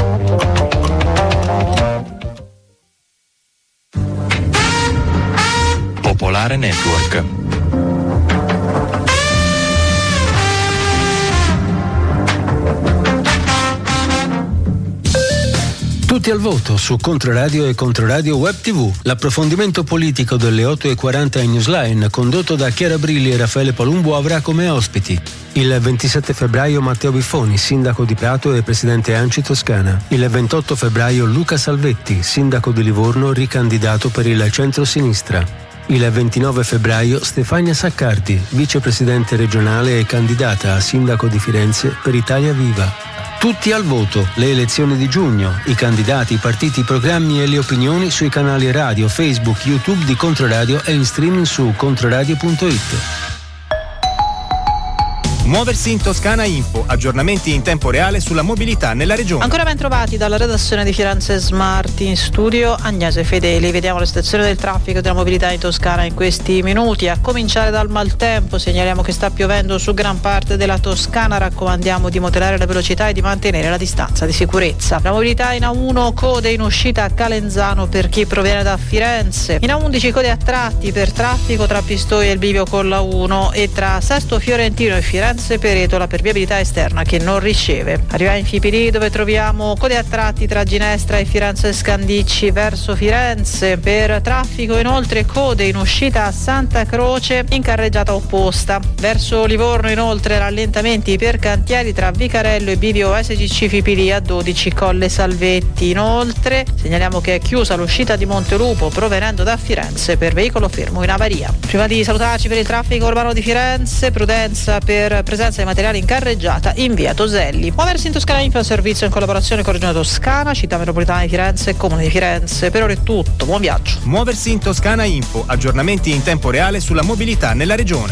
Popolare Network. Tutti al voto su Controradio e Controradio Web TV. L'approfondimento politico delle 8:40 in Newsline, condotto da Chiara Brilli e Raffaele Palumbo, avrà come ospiti il 27 febbraio Matteo Biffoni, sindaco di Prato e presidente ANCI Toscana. Il 28 febbraio Luca Salvetti, sindaco di Livorno, ricandidato per il centro-sinistra. Il 29 febbraio Stefania Saccardi, vicepresidente regionale e candidata a sindaco di Firenze per Italia Viva. Tutti al voto, le elezioni di giugno, i candidati, i partiti, i programmi e le opinioni sui canali radio, Facebook, YouTube di Controradio e in streaming su controradio.it. Muoversi in Toscana Info, aggiornamenti in tempo reale sulla mobilità nella regione. Ancora ben trovati dalla redazione di Firenze Smart, in studio Agnese Fedeli. Vediamo la situazione del traffico e della mobilità in Toscana in questi minuti. A cominciare dal maltempo, segnaliamo che sta piovendo su gran parte della Toscana, raccomandiamo di moderare la velocità e di mantenere la distanza di sicurezza. La mobilità in A1, code in uscita a Calenzano per chi proviene da Firenze. In A11 code a tratti per traffico tra Pistoia e il bivio con la 1 e tra Sesto Fiorentino e Firenze Peretola per viabilità esterna che non riceve. Arriviamo in Fipili, dove troviamo code a tratti tra Ginestra e Firenze Scandicci verso Firenze. Per traffico inoltre code in uscita a Santa Croce in carreggiata opposta. Verso Livorno inoltre rallentamenti per cantieri tra Vicarello e bivio SGC Fipili a 12 Colle Salvetti. Inoltre segnaliamo che è chiusa l'uscita di Montelupo provenendo da Firenze per veicolo fermo in avaria. Prima di salutarci, per il traffico urbano di Firenze, prudenza per presenza di materiali in carreggiata in via Toselli. Muoversi in Toscana Info, servizio in collaborazione con Regione Toscana, Città Metropolitana di Firenze e Comune di Firenze. Per ora è tutto, buon viaggio. Muoversi in Toscana Info, aggiornamenti in tempo reale sulla mobilità nella regione.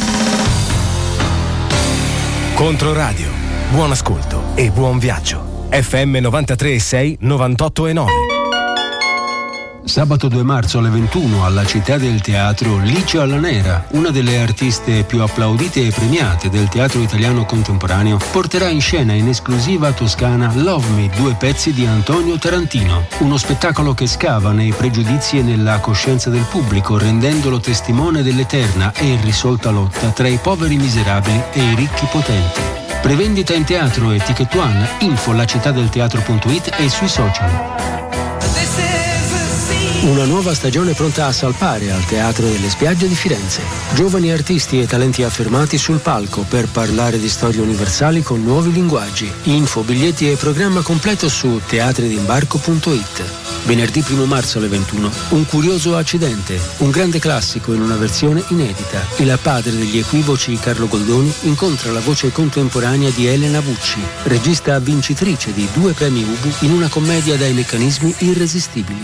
Controradio, buon ascolto e buon viaggio. FM 93,6, 98,9. Sabato 2 marzo alle 21 alla Città del Teatro, Licia alla Nera, una delle artiste più applaudite e premiate del teatro italiano contemporaneo, porterà in scena in esclusiva toscana Love Me, 2 pezzi di Antonio Tarantino. Uno spettacolo che scava nei pregiudizi e nella coscienza del pubblico, rendendolo testimone dell'eterna e irrisolta lotta tra i poveri miserabili e i ricchi potenti. Prevendita in teatro e Ticket One, info lacittadelteatro.it e sui social. Una nuova stagione pronta a salpare al Teatro delle Spiagge di Firenze. Giovani artisti e talenti affermati sul palco per parlare di storie universali con nuovi linguaggi. Info, biglietti e programma completo su teatridimbarco.it. Venerdì 1 marzo alle 21. Un curioso accidente. Un grande classico in una versione inedita. Il padre degli equivoci Carlo Goldoni incontra la voce contemporanea di Elena Bucci, regista vincitrice di 2 premi Ubu in una commedia dai meccanismi irresistibili.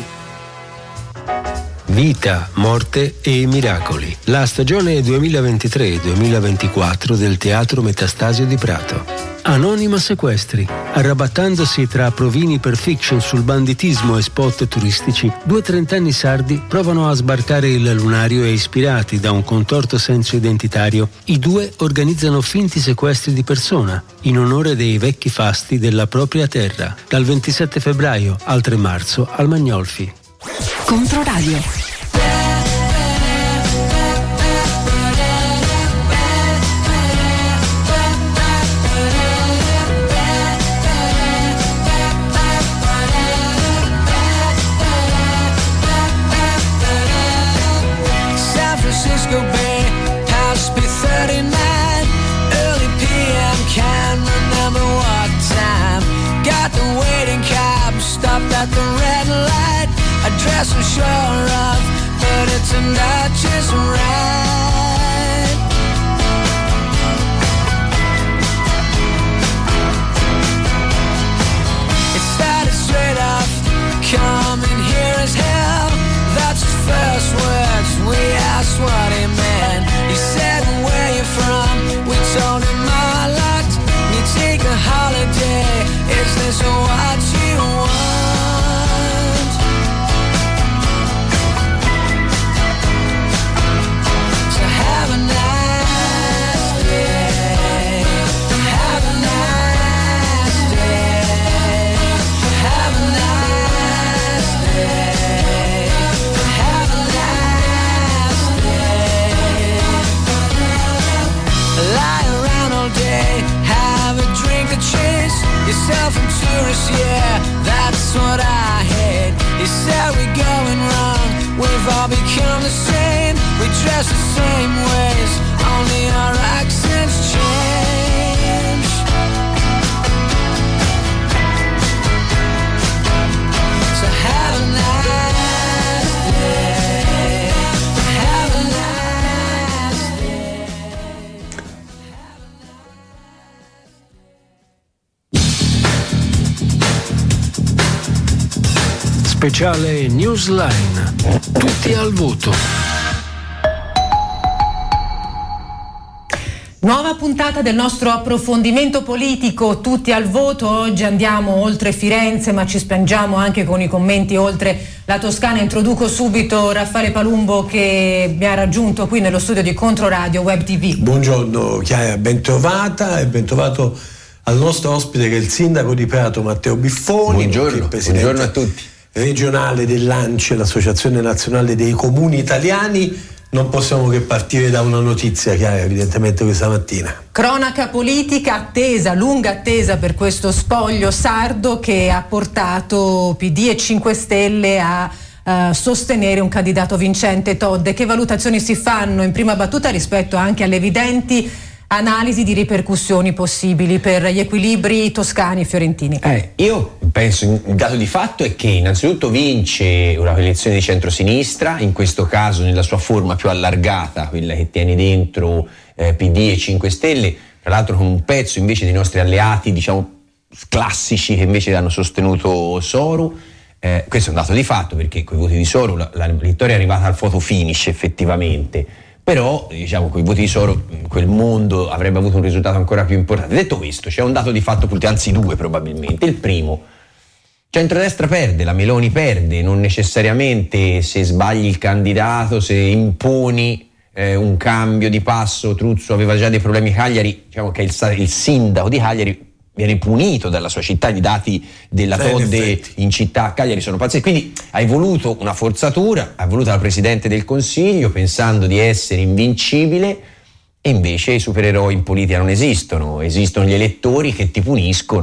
Vita, morte e miracoli. La stagione 2023-2024 del Teatro Metastasio di Prato. Anonima Sequestri. Arrabattandosi tra provini per fiction sul banditismo e spot turistici, 2 trentenni sardi provano a sbarcare il lunario e, ispirati da un contorto senso identitario, i 2 organizzano finti sequestri di persona in onore dei vecchi fasti della propria terra, dal 27 febbraio al 3 marzo al Magnolfi. Controradio. At the red light, a dress I'm sure of, but it's not just right. It started straight off, coming here as hell. That's his first words, we asked what he meant. He said, where you from? We told him our lot. You take a holiday, is this what you want? Yourself and tourists, yeah, that's what I hate. You said we're going wrong, we've all become the same. We dress the same ways, only our accents change. So have a nice day, have a nice day. Speciale Newsline. Tutti al voto. Nuova puntata del nostro approfondimento politico, tutti al voto. Oggi andiamo oltre Firenze, ma ci spingiamo anche con i commenti oltre la Toscana. Introduco subito Raffaele Palumbo, che mi ha raggiunto qui nello studio di Controradio Web TV. Buongiorno Chiara, ben trovata e ben trovato al nostro ospite, che è il sindaco di Prato Matteo Biffoni. Buongiorno, buongiorno a tutti. Regionale dell'ANCE, l'Associazione Nazionale dei Comuni Italiani. Non possiamo che partire da una notizia, Chiara, evidentemente questa mattina. Cronaca politica, attesa, lunga attesa per questo spoglio sardo che ha portato PD e 5 Stelle a sostenere un candidato vincente, Todde. Che valutazioni si fanno in prima battuta rispetto anche alle evidenti analisi di ripercussioni possibili per gli equilibri toscani e fiorentini? Io penso, il dato di fatto è che innanzitutto vince una coalizione di centrosinistra, in questo caso nella sua forma più allargata, quella che tiene dentro PD e 5 Stelle, tra l'altro con un pezzo invece dei nostri alleati, diciamo, classici, che invece hanno sostenuto Soru. Questo è un dato di fatto, perché con i voti di Soru la vittoria è arrivata al photo finish effettivamente. Però, diciamo, con i voti di Soru quel mondo avrebbe avuto un risultato ancora più importante. Detto questo, c'è un dato di fatto, anzi 2 probabilmente. Il primo, centrodestra perde, la Meloni perde, non necessariamente se sbagli il candidato, se imponi un cambio di passo. Truzzo aveva già dei problemi a Cagliari, diciamo che il sindaco di Cagliari viene punito dalla sua città. I dati della Todde in città a Cagliari sono pazzeschi. Quindi hai voluto una forzatura, hai voluto la Presidente del Consiglio pensando di essere invincibile, e invece i supereroi in politica non esistono, esistono gli elettori che ti puniscono.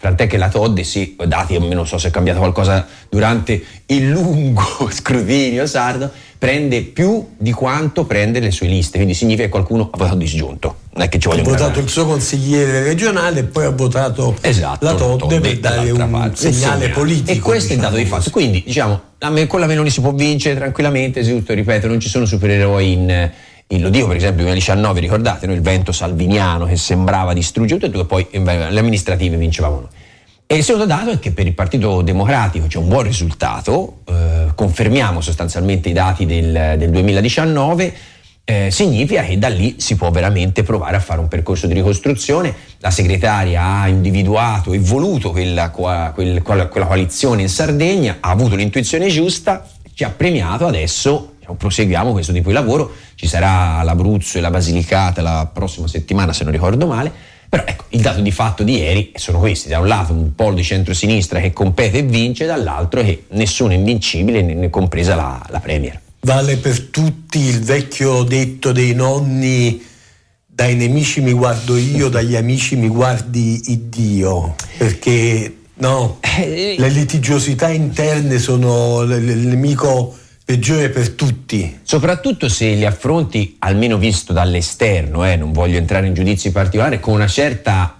tant'è che la Todde, sì, dati, non so se è cambiato qualcosa durante il lungo scrutinio sardo, prende più di quanto prende le sue liste, quindi significa che qualcuno ha votato disgiunto. Non è che ci voglio votato il suo consigliere regionale e poi ha votato la Todde per dare un segnale politico. E questo è il dato di fatto. Quindi diciamo, con la Meloni si può vincere tranquillamente, ripeto, non ci sono supereroi lo dico per esempio nel 2019, ricordate, il vento salviniano che sembrava distruggere tutto e poi le amministrative vincevamo noi. E il secondo dato è che per il Partito Democratico c'è un buon risultato, confermiamo sostanzialmente i dati del 2019, significa che da lì si può veramente provare a fare un percorso di ricostruzione. La segretaria ha individuato e voluto quella coalizione in Sardegna, ha avuto l'intuizione giusta, ci ha premiato, adesso proseguiamo questo tipo di lavoro. Ci sarà l'Abruzzo e la Basilicata la prossima settimana, se non ricordo male, però ecco, il dato di fatto di ieri sono questi: da un lato un polo di centrosinistra che compete e vince, dall'altro che nessuno è invincibile, ne compresa la Premier. Vale per tutti il vecchio detto dei nonni: dai nemici mi guardo io, dagli amici mi guardi Iddio, perché no, le litigiosità interne sono il nemico peggiore per tutti, soprattutto se li affronti, almeno visto dall'esterno, non voglio entrare in giudizi particolari, con una certa,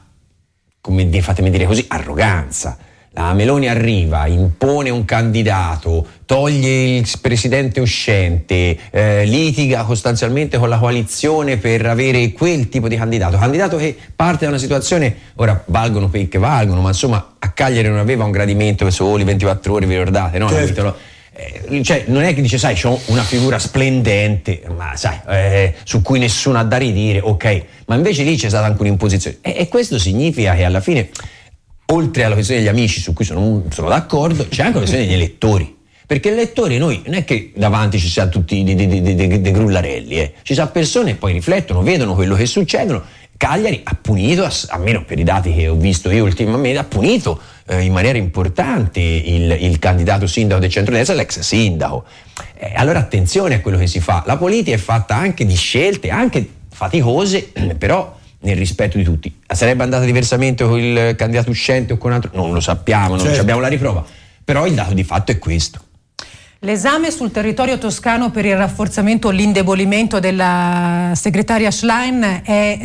fatemi dire così, arroganza. La Meloni arriva, impone un candidato, toglie il presidente uscente, litiga costanzialmente con la coalizione per avere quel tipo di candidato che parte da una situazione, ora valgono per che valgono, ma insomma a Cagliari non aveva un gradimento per soli 24 ore, vi ricordate, no? Certo. Cioè, non è che dice, sai, c'ho una figura splendente, ma sai, su cui nessuno ha da ridire, ok, ma invece lì c'è stata anche un'imposizione, e questo significa che alla fine, oltre alla questione degli amici, su cui sono d'accordo, c'è anche la questione degli elettori, perché gli elettori, noi non è che davanti ci siano tutti dei grullarelli, ci sono persone che poi riflettono, vedono quello che succedono. Cagliari ha punito, almeno per i dati che ho visto io ultimamente, ha punito in maniera importante il candidato sindaco del centrodestra, l'ex sindaco. Allora attenzione a quello che si fa. La politica è fatta anche di scelte, anche faticose, però nel rispetto di tutti. Sarebbe andata diversamente con il candidato uscente o con altro? Non lo sappiamo, non abbiamo la riprova, però il dato di fatto è questo. L'esame sul territorio toscano per il rafforzamento o l'indebolimento della segretaria Schlein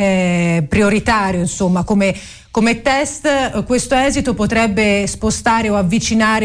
è prioritario, insomma, come test. Questo esito potrebbe spostare o avvicinare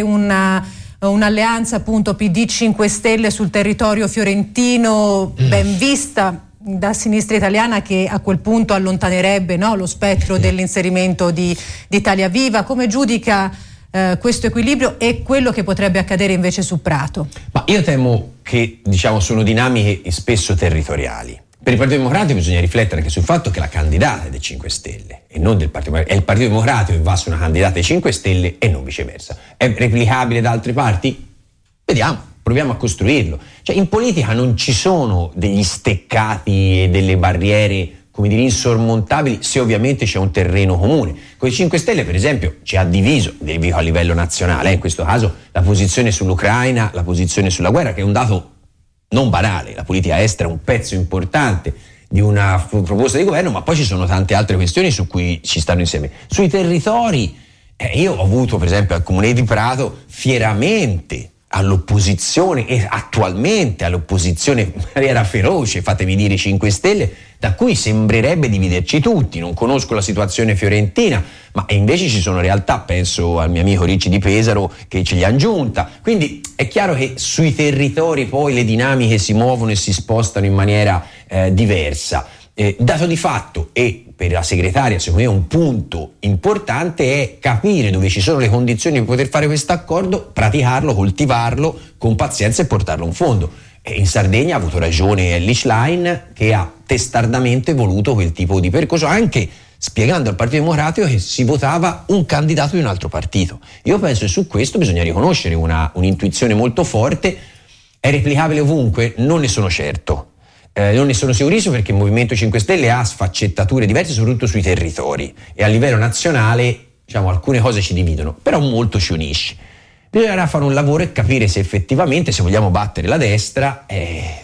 un'alleanza appunto PD 5 Stelle sul territorio fiorentino, ben vista da Sinistra Italiana, che a quel punto allontanerebbe, no, lo spettro dell'inserimento di Italia Viva. Come giudica questo equilibrio e quello che potrebbe accadere invece su Prato? Ma io temo che, sono dinamiche spesso territoriali. Per il Partito Democratico bisogna riflettere anche sul fatto che la candidata è dei 5 Stelle e non del Partito Democratico, è il Partito Democratico che va su una candidata dei 5 Stelle e non viceversa. È replicabile da altre parti? Vediamo, proviamo a costruirlo. Cioè, in politica non ci sono degli steccati e delle barriere, come dire, insormontabili, se ovviamente c'è un terreno comune. Con i 5 Stelle, per esempio, ci ha diviso, dico a livello nazionale, in questo caso, la posizione sull'Ucraina, la posizione sulla guerra, che è un dato non banale. La politica estera è un pezzo importante di una proposta di governo, ma poi ci sono tante altre questioni su cui ci stanno insieme. Sui territori, io ho avuto, per esempio, al Comune di Prato, fieramente all'opposizione, e attualmente all'opposizione in maniera feroce, fatemi dire, 5 Stelle, da cui sembrerebbe dividerci tutti. Non conosco la situazione fiorentina, ma invece ci sono realtà, penso al mio amico Ricci di Pesaro, che ce li hanno giunta. Quindi è chiaro che sui territori poi le dinamiche si muovono e si spostano in maniera diversa. Dato di fatto, e per la segretaria secondo me un punto importante, è capire dove ci sono le condizioni per poter fare questo accordo, praticarlo, coltivarlo con pazienza e portarlo in fondo. E in Sardegna ha avuto ragione Elly Schlein, che ha testardamente voluto quel tipo di percorso, anche spiegando al Partito Democratico che si votava un candidato di un altro partito. Io penso che su questo bisogna riconoscere un'intuizione molto forte. È replicabile ovunque? Non ne sono certo. Non ne sono sicurissimo, perché il Movimento 5 Stelle ha sfaccettature diverse, soprattutto sui territori, e a livello nazionale alcune cose ci dividono, però molto ci unisce. Bisognerà fare un lavoro e capire se effettivamente, se vogliamo battere la destra,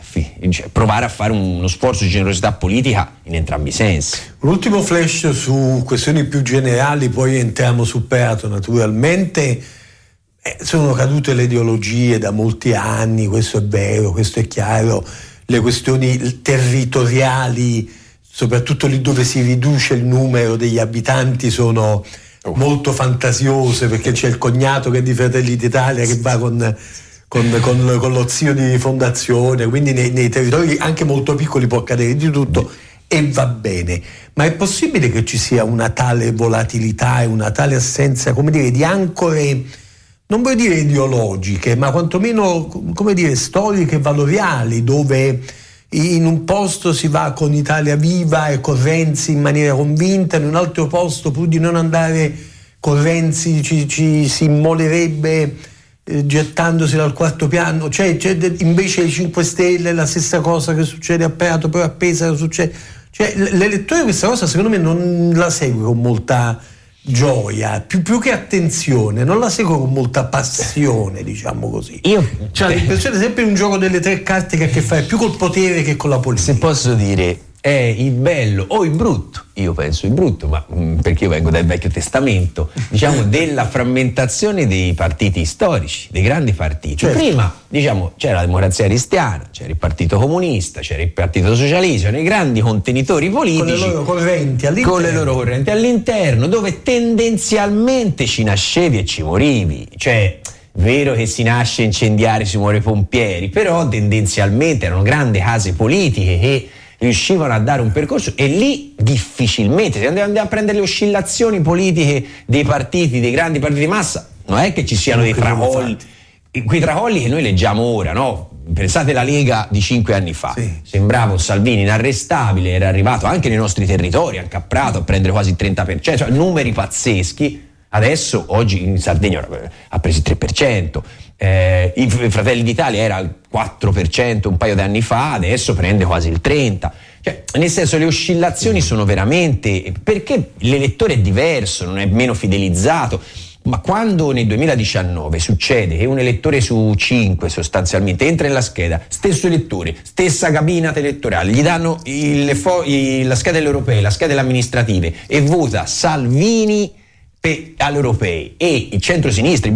baffi, cioè provare a fare uno sforzo di generosità politica in entrambi i sensi. Un ultimo flash su questioni più generali, poi entriamo sul Prato naturalmente. Sono cadute le ideologie da molti anni, questo è vero, questo è chiaro, le questioni territoriali, soprattutto lì dove si riduce il numero degli abitanti, sono molto fantasiose, perché c'è il cognato che è di Fratelli d'Italia che va con lo zio di fondazione, quindi nei territori anche molto piccoli può accadere di tutto e va bene, ma è possibile che ci sia una tale volatilità e una tale assenza, come dire, di ancore, non voglio dire ideologiche, ma quantomeno, come dire, storiche, valoriali, dove in un posto si va con Italia Viva e con Renzi in maniera convinta, in un altro posto, pur di non andare con Renzi, ci si immolerebbe gettandosi dal quarto piano, cioè invece ai 5 Stelle la stessa cosa che succede a Prato, però a Pesaro succede, cioè l'elettore questa cosa secondo me non la segue con molta gioia, più che attenzione, non la seguo con molta passione, diciamo così. Io l'impressione è sempre un gioco delle 3 carte che ha a che fare più col potere che con la politica. Se posso dire, è il bello o il brutto, io penso il brutto, ma perché io vengo dal Vecchio Testamento, diciamo, della frammentazione dei partiti storici, dei grandi partiti. Certo. Prima, diciamo, c'era la Democrazia Cristiana, c'era il Partito Comunista, c'era il Partito Socialista, c'erano i grandi contenitori politici con le loro correnti all'interno, dove tendenzialmente ci nascevi e ci morivi, cioè vero che si nasce incendiari, si muore pompieri, però tendenzialmente erano grandi case politiche che riuscivano a dare un percorso, e lì difficilmente, se andiamo a prendere le oscillazioni politiche dei partiti, dei grandi partiti di massa, non è che ci siano dei tracolli, quei tracolli che noi leggiamo ora, no? Pensate alla Lega di 5 anni fa, sembrava un Salvini inarrestabile, era arrivato anche nei nostri territori, anche a Prato, a prendere quasi il 30%, cioè numeri pazzeschi. Adesso, oggi in Sardegna ha preso il 3%, i Fratelli d'Italia era al 4% un paio di anni fa, adesso prende quasi il 30%. Cioè, nel senso, le oscillazioni sono veramente, perché l'elettore è diverso, non è meno fidelizzato, ma quando nel 2019 succede che un elettore su 5 sostanzialmente entra nella scheda, stesso elettore, stessa cabina elettorale, gli danno la scheda delle europee, la scheda delle amministrative e vota Salvini alle europee e il centro-sinistra,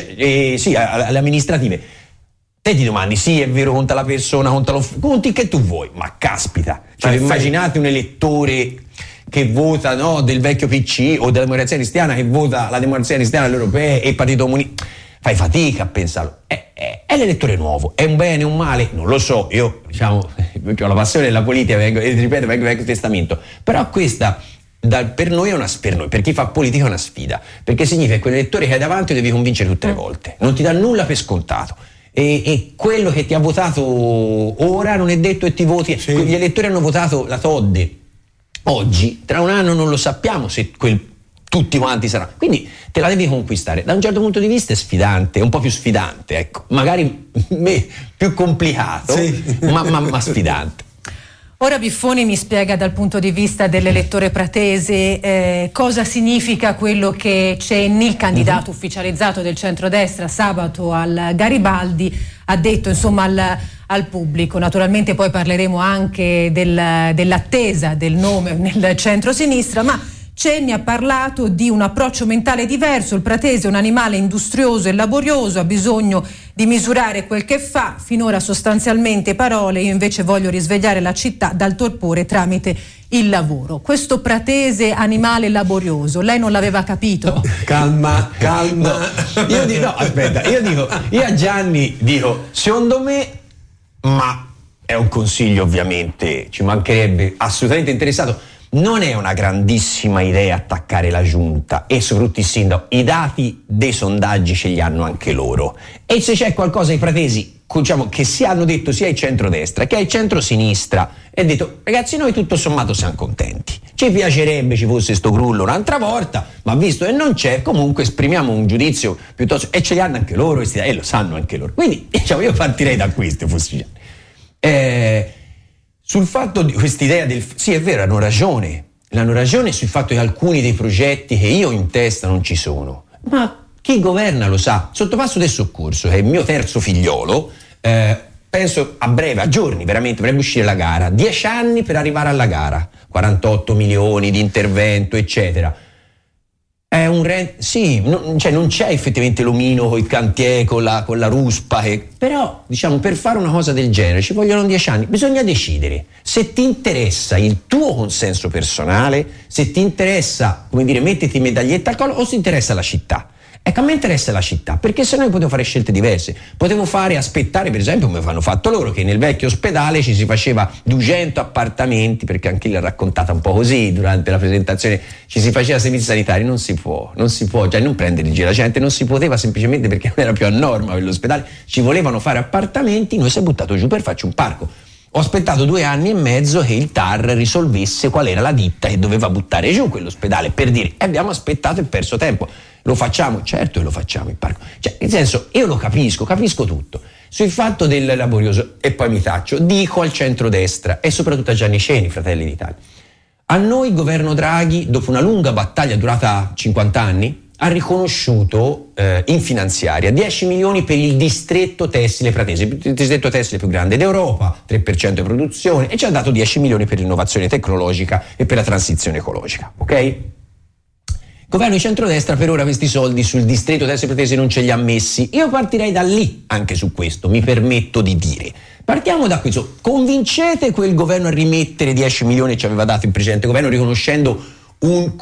alle amministrative, te ti domandi, sì è vero, conta la persona, conti che tu vuoi, ma caspita, cioè, immaginate un elettore che vota, no, del vecchio PC o della Democrazia Cristiana, che vota la Democrazia Cristiana alle europee e il Partito Comunista, fai fatica a pensarlo. È l'elettore nuovo, è un bene, un male, non lo so, io diciamo ho la passione della politica, vengo dal Vecchio Testamento, però questa per noi è per chi fa politica è una sfida, perché significa che quell'elettore che hai davanti lo devi convincere tutte le volte, non ti dà nulla per scontato, e quello che ti ha votato ora non è detto che ti voti. Gli elettori hanno votato la Todde oggi, tra un anno non lo sappiamo se tutti quanti saranno, quindi te la devi conquistare. Da un certo punto di vista è sfidante, è un po' più sfidante, ecco, magari più complicato, ma sfidante. Ora Biffoni mi spiega dal punto di vista dell'elettore pratese cosa significa quello che Cenni, il candidato ufficializzato del centrodestra, sabato al Garibaldi ha detto, insomma, al pubblico. Naturalmente poi parleremo anche dell'attesa del nome nel centro-sinistra, ma Cenni ha parlato di un approccio mentale diverso. Il pratese è un animale industrioso e laborioso, ha bisogno di misurare quel che fa, finora sostanzialmente parole, io invece voglio risvegliare la città dal torpore tramite il lavoro. Questo pratese animale laborioso, lei non l'aveva capito? No. Calma. No. Io a Gianni dico, secondo me, ma è un consiglio ovviamente, ci mancherebbe, assolutamente interessato. Non è una grandissima idea attaccare la giunta e soprattutto il sindaco. I dati dei sondaggi ce li hanno anche loro. E se c'è qualcosa ai pratesi, diciamo, che si hanno detto sia il centrodestra che il centrosinistra, è detto, ragazzi, noi tutto sommato siamo contenti. Ci piacerebbe ci fosse sto grullo un'altra volta, ma visto che non c'è, comunque esprimiamo un giudizio piuttosto, e ce li hanno anche loro e lo sanno anche loro. Quindi, diciamo, io partirei da questo, fossi sul fatto di quest'idea sì, è vero, hanno ragione sul fatto che alcuni dei progetti che io ho in testa non ci sono, ma chi governa lo sa. Sottopasso del Soccorso, che è il mio terzo figliolo, penso a breve, a giorni veramente, dovrebbe uscire la gara. 10 anni per arrivare alla gara, 48 milioni di intervento, eccetera. È un sì, non c'è effettivamente l'omino con il cantier, con la ruspa, però diciamo per fare una cosa del genere ci vogliono 10 anni. Bisogna decidere se ti interessa il tuo consenso personale, se ti interessa, come dire, mettiti medaglietta al collo, o se ti interessa la città. Ecco, a me interessa la città, perché se no io potevo fare scelte diverse. Potevo aspettare, per esempio, come hanno fatto loro, che nel vecchio ospedale ci si faceva 200 appartamenti, perché anche l'ha raccontata un po' così durante la presentazione, ci si faceva servizi sanitari. Non si può, cioè non prendere in giro la gente, non si poteva semplicemente perché non era più a norma quell'ospedale, ci volevano fare appartamenti, noi si è buttato giù per farci un parco. Ho aspettato 2 anni e mezzo che il TAR risolvesse qual era la ditta che doveva buttare giù quell'ospedale, per dire, abbiamo aspettato e perso tempo. Lo facciamo? Certo che lo facciamo il parco. Cioè, nel senso, io lo capisco tutto. Sul fatto del laborioso, e poi mi taccio, dico al centrodestra e soprattutto a Gianni Ceni, Fratelli d'Italia. A noi il governo Draghi, dopo una lunga battaglia durata 50 anni, ha riconosciuto in finanziaria 10 milioni per il distretto tessile pratese, il distretto tessile più grande d'Europa, 3% di produzione, e ci ha dato 10 milioni per l'innovazione tecnologica e per la transizione ecologica, ok? Il governo di centrodestra per ora questi soldi sul distretto tessile pratese non ce li ha messi. Io partirei da lì anche su questo, mi permetto di dire. Partiamo da questo, convincete quel governo a rimettere 10 milioni che ci aveva dato il precedente governo, riconoscendo un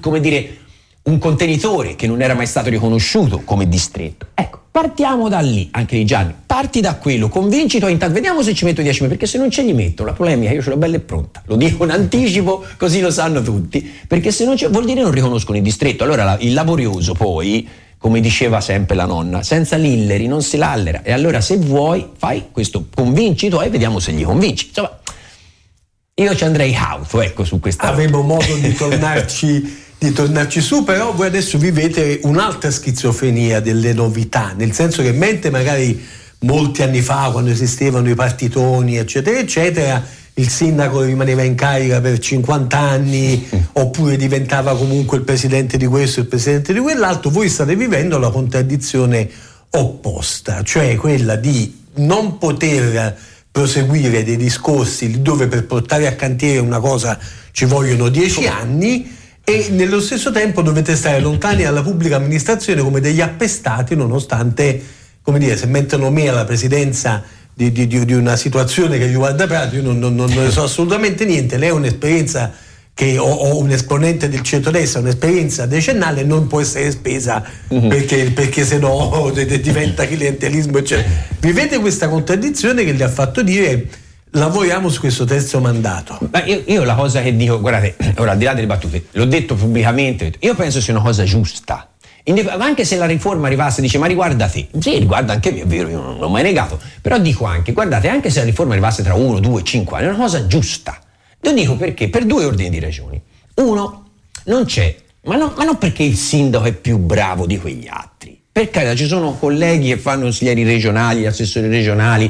contenitore che non era mai stato riconosciuto come distretto. Ecco, partiamo da lì, anche di Gianni, parti da quello, convinci tu intanto, vediamo se ci metto 10 milioni, perché se non ce li metto, la polemica io ce l'ho bella e pronta, lo dico in anticipo così lo sanno tutti, perché se non vuol dire non riconoscono il distretto. Allora il laborioso poi, come diceva sempre la nonna, senza lilleri non si lallera, e allora se vuoi fai questo, convinci tu e vediamo se gli convinci. Insomma, io ci andrei cauto, ecco, su questa. Avremo modo di tornarci su, però voi adesso vivete un'altra schizofrenia delle novità, nel senso che mentre magari molti anni fa, quando esistevano i partitoni eccetera eccetera, il sindaco rimaneva in carica per 50 anni oppure diventava comunque il presidente di questo, il presidente di quell'altro, voi state vivendo la contraddizione opposta, cioè quella di non poter proseguire dei discorsi dove per portare a cantiere una cosa ci vogliono 10 anni, e nello stesso tempo dovete stare lontani dalla pubblica amministrazione come degli appestati, nonostante, come dire, se mettono me alla presidenza di una situazione che riguarda Prato, io non ne so assolutamente niente. Lei è un'esperienza che ho un esponente del centrodestra, un'esperienza decennale, non può essere spesa perché se no diventa clientelismo eccetera. Vivete questa contraddizione che le ha fatto dire lavoriamo su questo terzo mandato. Ma io la cosa che dico, guardate, ora al di là delle battute, l'ho detto pubblicamente, io penso sia una cosa giusta. Anche se la riforma arrivasse e dice ma riguarda te, sì, riguarda anche me, è vero, io non l'ho mai negato, però dico anche, guardate, anche se la riforma arrivasse tra 1, 2, 5 anni, è una cosa giusta. Lo dico perché? Per 2 ordini di ragioni. Uno, non c'è, ma non perché il sindaco è più bravo di quegli altri. Per carità, ci sono colleghi che fanno consiglieri regionali, gli assessori regionali,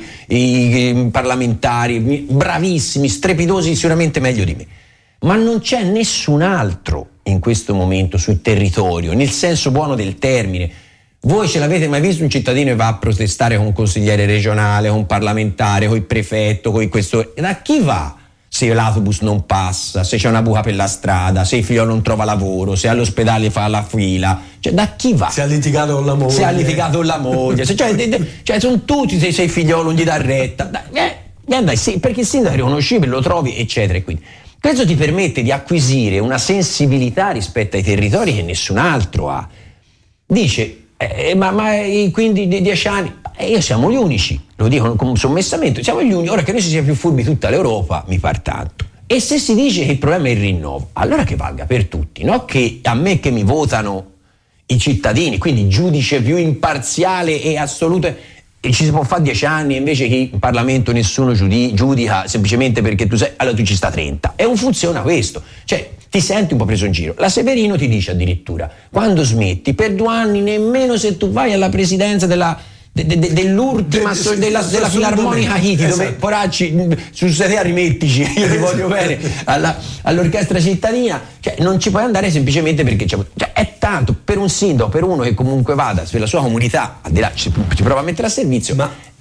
i parlamentari, bravissimi, strepidosi, sicuramente meglio di me. Ma non c'è nessun altro in questo momento sul territorio, nel senso buono del termine. Voi ce l'avete mai visto un cittadino che va a protestare con un consigliere regionale, con un parlamentare, con il prefetto, con il questore? Da chi va? Se l'autobus non passa, se c'è una buca per la strada, se il figlio non trova lavoro, se all'ospedale fa la fila, cioè da chi va? Se ha litigato con la moglie. Cioè sono tutti, se il figliolo non gli dà retta, dai, sì, perché il sindaco è riconoscibile, lo trovi, eccetera. Quindi questo ti permette di acquisire una sensibilità rispetto ai territori che nessun altro ha. Dice, ma quindi 10 anni, io siamo gli unici, lo dico con sommessamente, siamo gli unici, ora che noi si sia più furbi tutta l'Europa, mi par tanto. E se si dice che il problema è il rinnovo, allora che valga per tutti, no? Che a me che mi votano i cittadini, quindi giudice più imparziale e assoluto, e ci si può fare 10 anni, invece che in Parlamento nessuno giudica semplicemente perché tu sei, allora tu ci sta 30. E non funziona questo, cioè ti senti un po' preso in giro. La Severino ti dice addirittura, quando smetti, per 2 anni, nemmeno se tu vai alla presidenza dell'ultima della filarmonica Chiti, dove poracci su sedea rimettici, io ti voglio bene, all'orchestra cittadina, cioè non ci puoi andare semplicemente perché cioè, è tanto per un sindaco, per uno che comunque vada per la sua comunità, al di là ci prova a mettere a servizio, ma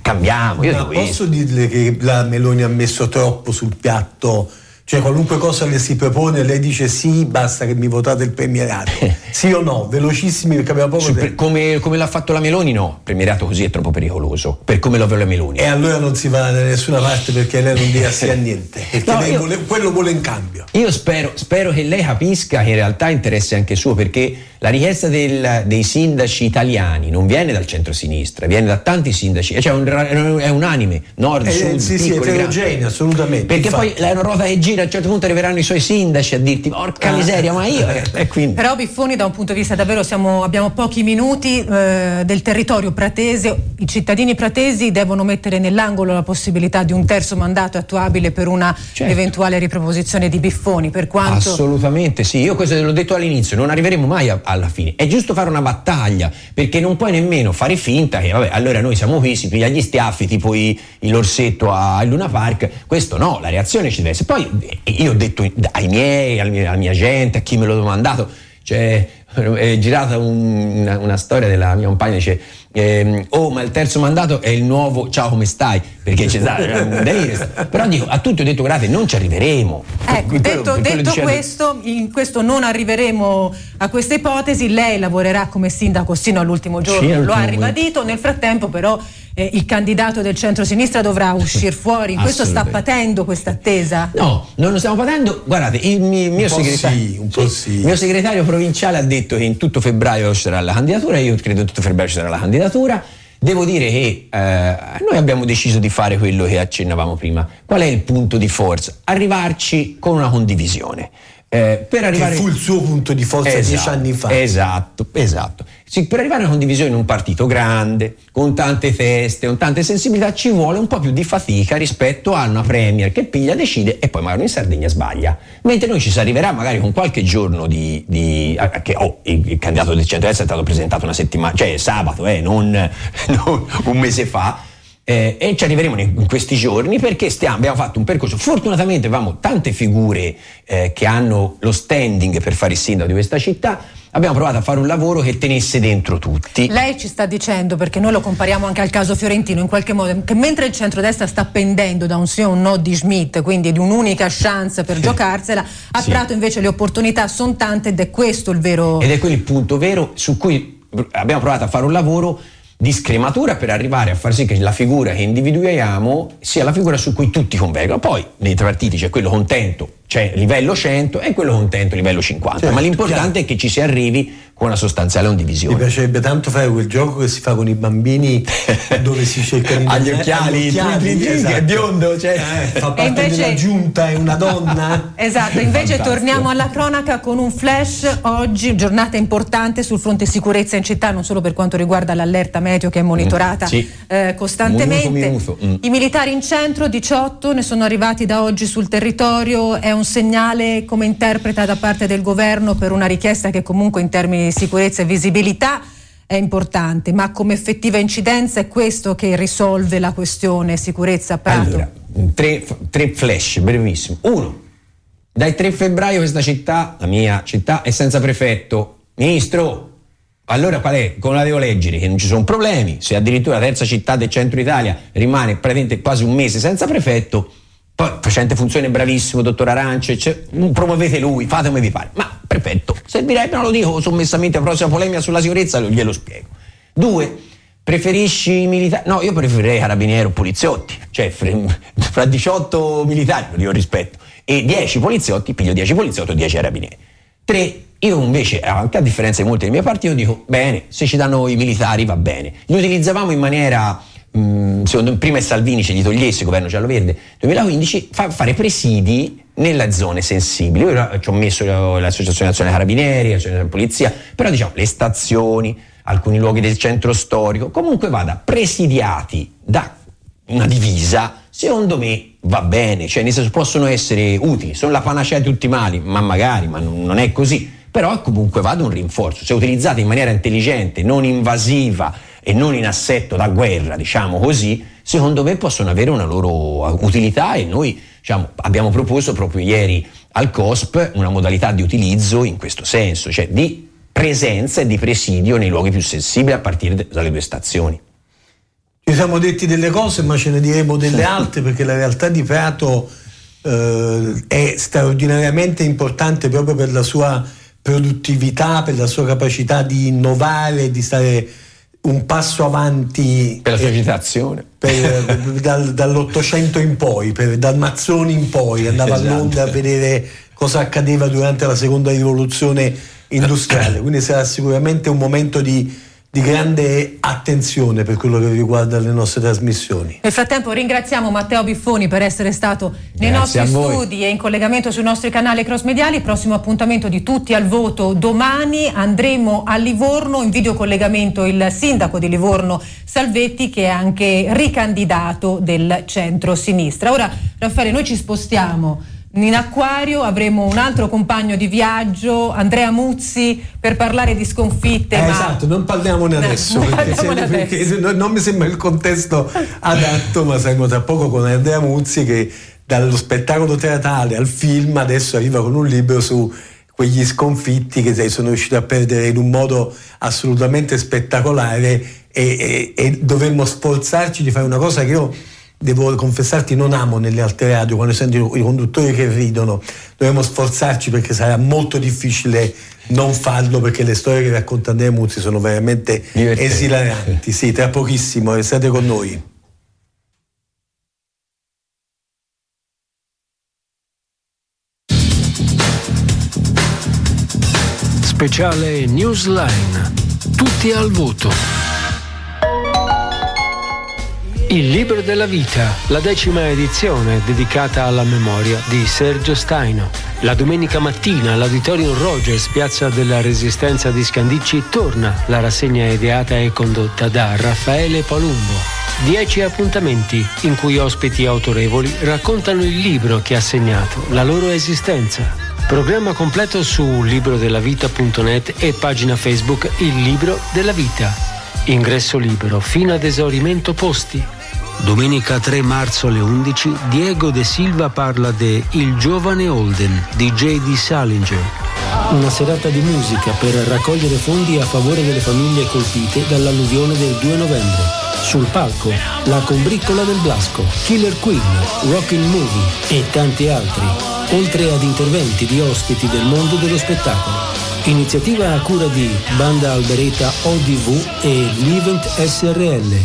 cambiamo. Io posso dirle che la Meloni ha messo troppo sul piatto? Cioè qualunque cosa le si propone lei dice sì, basta che mi votate il premierato. Sì o no? Velocissimi perché abbiamo poco tempo. Come l'ha fatto la Meloni, no. Il premierato così è troppo pericoloso, per come lo vuole la Meloni. E allora non si va da nessuna parte perché lei non deve a niente, perché no, lei quello vuole in cambio. Io spero che lei capisca che in realtà è interesse anche suo, perché la richiesta dei sindaci italiani non viene dal centro-sinistra, viene da tanti sindaci, cioè è unanime, nord, sud, sì, piccoli, eterogenea, assolutamente. Perché poi è una ruota che gira, a un certo punto arriveranno i suoi sindaci a dirti porca miseria, ma io e quindi. Però Biffoni, da un punto di vista davvero abbiamo pochi minuti del territorio pratese, i cittadini pratesi devono mettere nell'angolo la possibilità di un terzo mandato attuabile per una eventuale riproposizione di Biffoni, per quanto assolutamente sì, io questo l'ho detto all'inizio, non arriveremo mai alla fine, è giusto fare una battaglia, perché non puoi nemmeno fare finta che vabbè, allora noi siamo qui, si piglia gli stiaffi tipo l'orsetto a Luna Park, questo no, la reazione ci deve essere. Poi io ho detto ai miei, alla mia gente, a chi me l'ho domandato, cioè è girata una storia della mia compagna, dice ma il terzo mandato è il nuovo ciao come stai, perché c'è stato però dico, a tutti ho detto guardate, non ci arriveremo. Ecco, detto questo, in questo non arriveremo a questa ipotesi. Lei lavorerà come sindaco sino all'ultimo giorno, lo ha ribadito. Nel frattempo però il candidato del centro-sinistra dovrà uscire fuori. Questo sta patendo questa attesa? No, non lo stiamo patendo. Guardate, il mio segretario provinciale ha detto che in tutto febbraio ci sarà la candidatura, io credo in tutto febbraio ci sarà la candidatura. Devo dire che noi abbiamo deciso di fare quello che accennavamo prima. Qual è il punto di forza? Arrivarci con una condivisione. Per arrivare... Che fu il suo punto di forza 10 anni fa. Esatto. Sì, per arrivare a una condivisione in un partito grande, con tante teste, con tante sensibilità, ci vuole un po' più di fatica rispetto a una premier che piglia, decide e poi magari in Sardegna sbaglia. Mentre noi ci si arriverà magari con qualche giorno il candidato del centro-destra è stato presentato una settimana, cioè sabato, non un mese fa. E ci arriveremo in questi giorni perché abbiamo fatto un percorso. Fortunatamente avevamo tante figure che hanno lo standing per fare il sindaco di questa città. Abbiamo provato a fare un lavoro che tenesse dentro tutti. Lei ci sta dicendo, perché noi lo compariamo anche al caso fiorentino in qualche modo, che mentre il centrodestra sta pendendo da un sì o un no di Schmidt, quindi di un'unica chance per giocarsela, a Prato invece le opportunità sono tante ed è questo il vero. Ed è quello il punto vero su cui abbiamo provato a fare un lavoro di scrematura per arrivare a far sì che la figura che individuiamo sia la figura su cui tutti convergono. Poi nei tre partiti c'è quello contento, c'è livello 100 e quello contento livello 50, ma l'importante è che ci si arrivi con una sostanziale condivisione. Mi piacerebbe tanto fare quel gioco che si fa con i bambini dove si cercano agli occhiali, esatto. È biondo, cioè fa parte della giunta, è una donna. Esatto, invece torniamo alla cronaca con un flash. Oggi giornata importante sul fronte sicurezza in città, non solo per quanto riguarda l'allerta meteo che è monitorata costantemente. Minuto. I militari in centro, 18 ne sono arrivati da oggi sul territorio. È un segnale, come interpreta da parte del governo, per una richiesta che comunque in termini di sicurezza e visibilità è importante, ma come effettiva incidenza è questo che risolve la questione sicurezza a Prato? Allora, tre flash brevissimo. Uno, dal 3 febbraio questa città, la mia città, è senza prefetto. Ministro, allora qual è? Come la devo leggere? Che non ci sono problemi, se addirittura la terza città del centro Italia rimane praticamente quasi un mese senza prefetto, poi facente funzione bravissimo, dottor Arance, promuovete lui, fate come vi pare. Ma prefetto, servirebbe, non lo dico sommessamente, la prossima polemica sulla sicurezza glielo spiego. 2, preferisci i militari? No, io preferirei carabinieri o poliziotti, cioè fra 18 militari, lo dico rispetto, e 10 poliziotti, piglio 10 poliziotti o 10 carabinieri. 3, io invece, anche a differenza di molti del mio partito, dico, bene, se ci danno i militari va bene. Li utilizzavamo in maniera... secondo me prima Salvini ce li togliesse il governo giallo-verde 2015 fare presidi nelle zone sensibili. Io ci ho messo l'Associazione Nazionale Carabinieri, l'Associazione Polizia, però diciamo le stazioni, alcuni luoghi del centro storico, comunque presidiati da una divisa, secondo me va bene, cioè nel senso possono essere utili, sono la panacea di tutti i mali, ma magari, ma non è così, però comunque un rinforzo, se utilizzate in maniera intelligente, non invasiva e non in assetto da guerra, diciamo così, secondo me possono avere una loro utilità e noi abbiamo proposto proprio ieri al COSP una modalità di utilizzo in questo senso, cioè di presenza e di presidio nei luoghi più sensibili a partire dalle 2 stazioni. Ci siamo detti delle cose, ma ce ne diremo delle altre, perché la realtà di Prato è straordinariamente importante proprio per la sua produttività, per la sua capacità di innovare, di stare un passo avanti per la sua agitazione dall'800 in poi, dal Mazzoni in poi, andava a Londra a vedere cosa accadeva durante la seconda rivoluzione industriale, quindi sarà sicuramente un momento di grande attenzione per quello che riguarda le nostre trasmissioni. Nel frattempo ringraziamo Matteo Biffoni per essere stato nei nostri studi e in collegamento sui nostri canali cross-mediali. Prossimo appuntamento di Tutti al Voto domani. Andremo a Livorno, in videocollegamento il sindaco di Livorno Salvetti, che è anche ricandidato del centro-sinistra. Ora Raffaele, noi ci spostiamo in Acquario, avremo un altro compagno di viaggio, Andrea Muzzi, per parlare di sconfitte. Esatto, non parliamone adesso, perché non mi sembra il contesto adatto, ma saremo tra poco con Andrea Muzzi, che dallo spettacolo teatrale al film adesso arriva con un libro su quegli sconfitti che sono riusciti a perdere in un modo assolutamente spettacolare, e dovremmo sforzarci di fare una cosa che io, devo confessarti, non amo nelle altre radio, quando sento i conduttori che ridono. Dovremmo sforzarci, perché sarà molto difficile non farlo, perché le storie che racconta Andrea Muzzi sono veramente esilaranti. Sì, tra pochissimo, restate con noi. Speciale Newsline. Tutti al voto. Il libro della vita, la 10ª edizione dedicata alla memoria di Sergio Staino. La domenica mattina all'Auditorium Rogers, Piazza della Resistenza di Scandicci, torna la rassegna ideata e condotta da Raffaele Palumbo. 10 appuntamenti in cui ospiti autorevoli raccontano il libro che ha segnato la loro esistenza. Programma completo su librodellavita.net e pagina Facebook Il Libro della Vita. Ingresso libero fino ad esaurimento posti. Domenica 3 marzo alle 11 Diego De Silva parla de Il giovane Holden di J.D. Salinger. Una serata di musica per raccogliere fondi a favore delle famiglie colpite dall'alluvione del 2 novembre. Sul palco La combriccola del Blasco, Killer Queen, Rockin' Movie e tanti altri, oltre ad interventi di ospiti del mondo dello spettacolo. Iniziativa a cura di Banda Albereta ODV e l'Event SRL.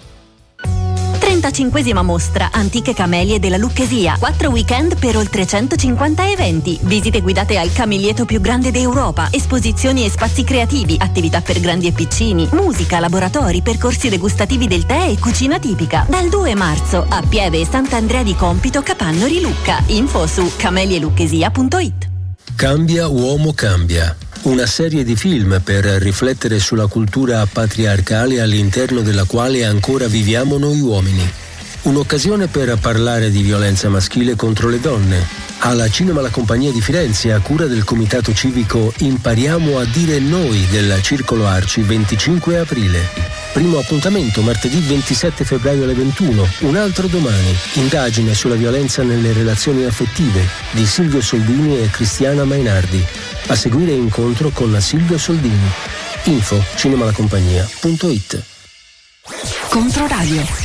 35esima mostra Antiche Camelie della Lucchesia. 4 weekend per oltre 150 eventi. Visite guidate al camelietto più grande d'Europa. Esposizioni e spazi creativi. Attività per grandi e piccini. Musica, laboratori, percorsi degustativi del tè e cucina tipica. Dal 2 marzo a Pieve e Sant'Andrea di Compito, Capannori, Lucca. Info su camelielucchesia.it. Cambia uomo cambia. Una serie di film per riflettere sulla cultura patriarcale all'interno della quale ancora viviamo noi uomini. Un'occasione per parlare di violenza maschile contro le donne. Alla Cinema La Compagnia di Firenze, a cura del comitato civico Impariamo a dire noi del Circolo Arci, 25 aprile. Primo appuntamento martedì 27 febbraio alle 21. Un altro domani. Indagine sulla violenza nelle relazioni affettive di Silvio Soldini e Cristiana Mainardi. A seguire incontro con Silvio Soldini. Info cinemalacompagnia.it. Controradio.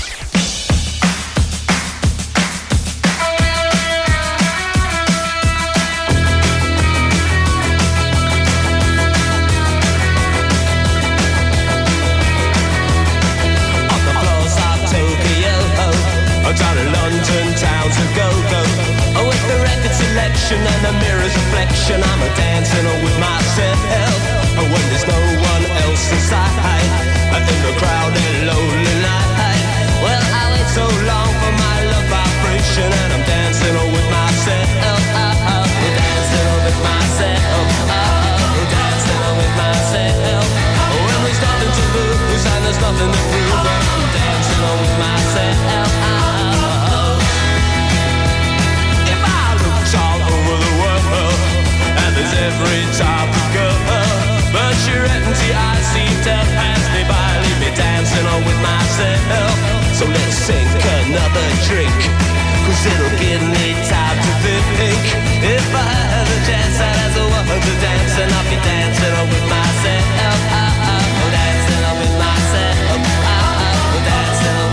Down in London town to go with the record selection and the mirror's reflection. I'm a dancing with myself when there's no one else inside in the crowded lonely night. Well, I wait so long for my love vibration and I'm dancing with myself. Dancing with myself. Dancing with myself. When there's nothing to lose and there's nothing to prove, I'm dancing with myself. There's every type of girl, but you're empty, I seem to pass me by. Leave me dancing on with myself. So let's sink another drink, cause it'll give me time to think. If I had a chance, I'd ask the woman to dance, and I'll be dancing on with myself. Dancing on with myself. Dancing on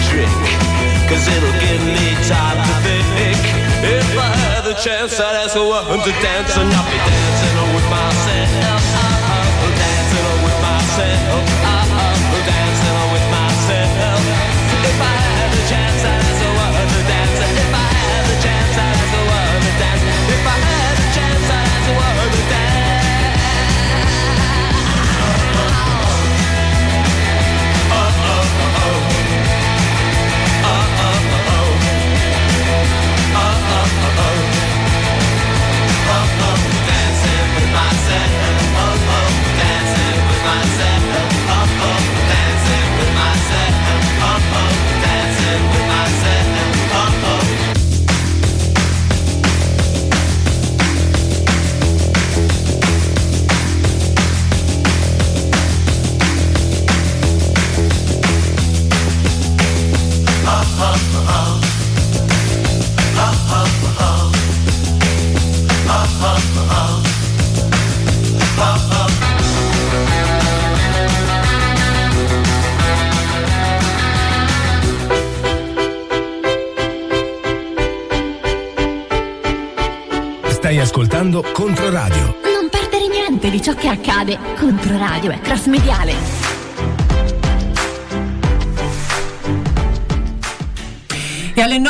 trick, 'cause it'll give me time to think. If I had the chance, I'd ask a woman to dance, and I'll be dancing with myself, dancing with myself, dancing with myself. If I had the chance, I'd ask a woman to dance, and if I had the chance, I'd ask a woman to dance. If I had the chance, I'd ask a woman to dance. Stai ascoltando Controradio. Non perdere niente di ciò che accade. Controradio è cross mediale. E alle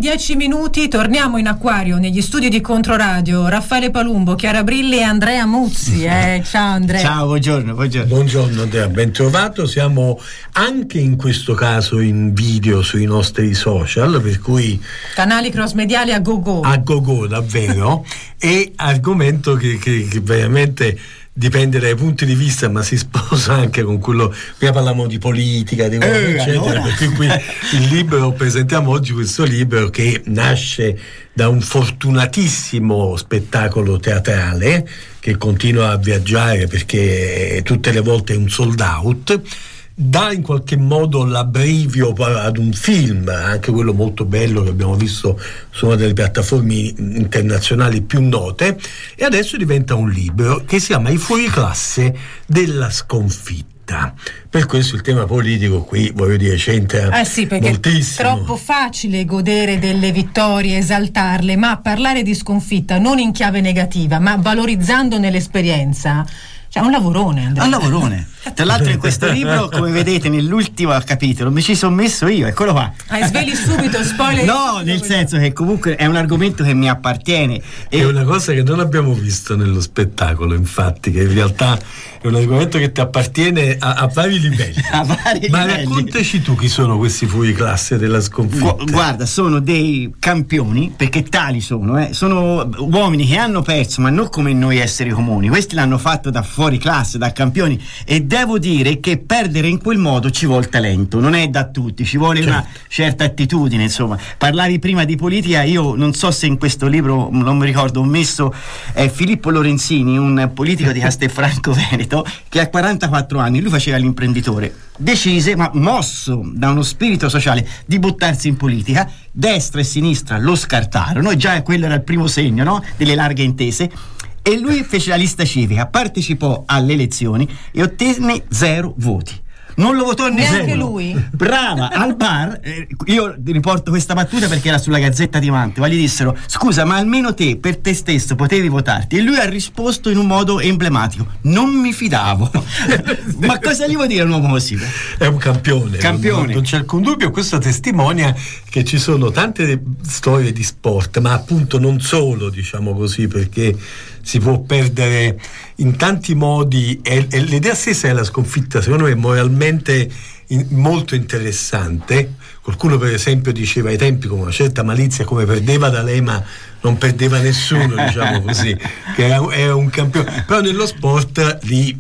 9:10 torniamo in acquario negli studi di Controradio. Raffaele Palumbo, Chiara Brilli e Andrea Muzzi. Ciao Andrea. Ciao, buongiorno. Buongiorno Andrea, ben trovato. Siamo anche in questo caso in video sui nostri social, per cui canali cross mediali a go-go. A go-go, davvero. E argomento che veramente dipende dai punti di vista, ma si sposa anche con quello. Prima parlavamo di politica, di eccetera, allora. Perché qui il libro, presentiamo oggi questo libro che nasce da un fortunatissimo spettacolo teatrale che continua a viaggiare perché tutte le volte è un sold out. Dà in qualche modo l'abbrivio ad un film, anche quello molto bello che abbiamo visto su una delle piattaforme internazionali più note, e adesso diventa un libro che si chiama I fuoriclasse della sconfitta. Per questo il tema politico qui, voglio dire, c'entra sì, perché moltissimo. È troppo facile godere delle vittorie, esaltarle, ma parlare di sconfitta non in chiave negativa, ma valorizzandone l'esperienza. Cioè, un lavorone, Andrea. Un lavorone. Tra l'altro in questo libro, come vedete nell'ultimo capitolo, mi ci sono messo io, eccolo qua. Sveli subito, spoiler. No, nel senso che comunque è un argomento che mi appartiene. È una cosa che non abbiamo visto nello spettacolo, infatti, che in realtà è un argomento che ti appartiene a vari livelli. Ma raccontaci tu chi sono questi fuoriclasse della sconfitta. Guarda, sono dei campioni, perché tali sono uomini che hanno perso, ma non come noi esseri comuni. Questi l'hanno fatto da fuori classe, da campioni, e devo dire che perdere in quel modo ci vuole talento, non è da tutti, ci vuole una certa attitudine, insomma. Parlavi prima di politica, io non so se in questo libro, non mi ricordo, ho messo Filippo Lorenzini, un politico di Castelfranco Veneto, che ha 44 anni, lui faceva l'imprenditore, decise, ma mosso da uno spirito sociale, di buttarsi in politica. Destra e sinistra lo scartarono, e già quello era il primo segno, no? Delle larghe intese. E lui fece la lista civica, partecipò alle elezioni e ottenne 0 voti. Non lo votò nessuno. Neanche lui. Brava, al bar, io riporto questa battuta perché era sulla Gazzetta di Mantova, gli dissero: scusa, ma almeno te, per te stesso, potevi votarti? E lui ha risposto in un modo emblematico: non mi fidavo. Ma cosa gli vuol dire un uomo così? È un campione. Non c'è alcun dubbio. Questo testimonia che ci sono tante storie di sport, ma appunto non solo, diciamo così, perché si può perdere in tanti modi, e l'idea stessa della sconfitta secondo me è moralmente molto interessante. Qualcuno per esempio diceva ai tempi con una certa malizia, come perdeva D'Alema non perdeva nessuno, diciamo così, che era un campione. Però nello sport lì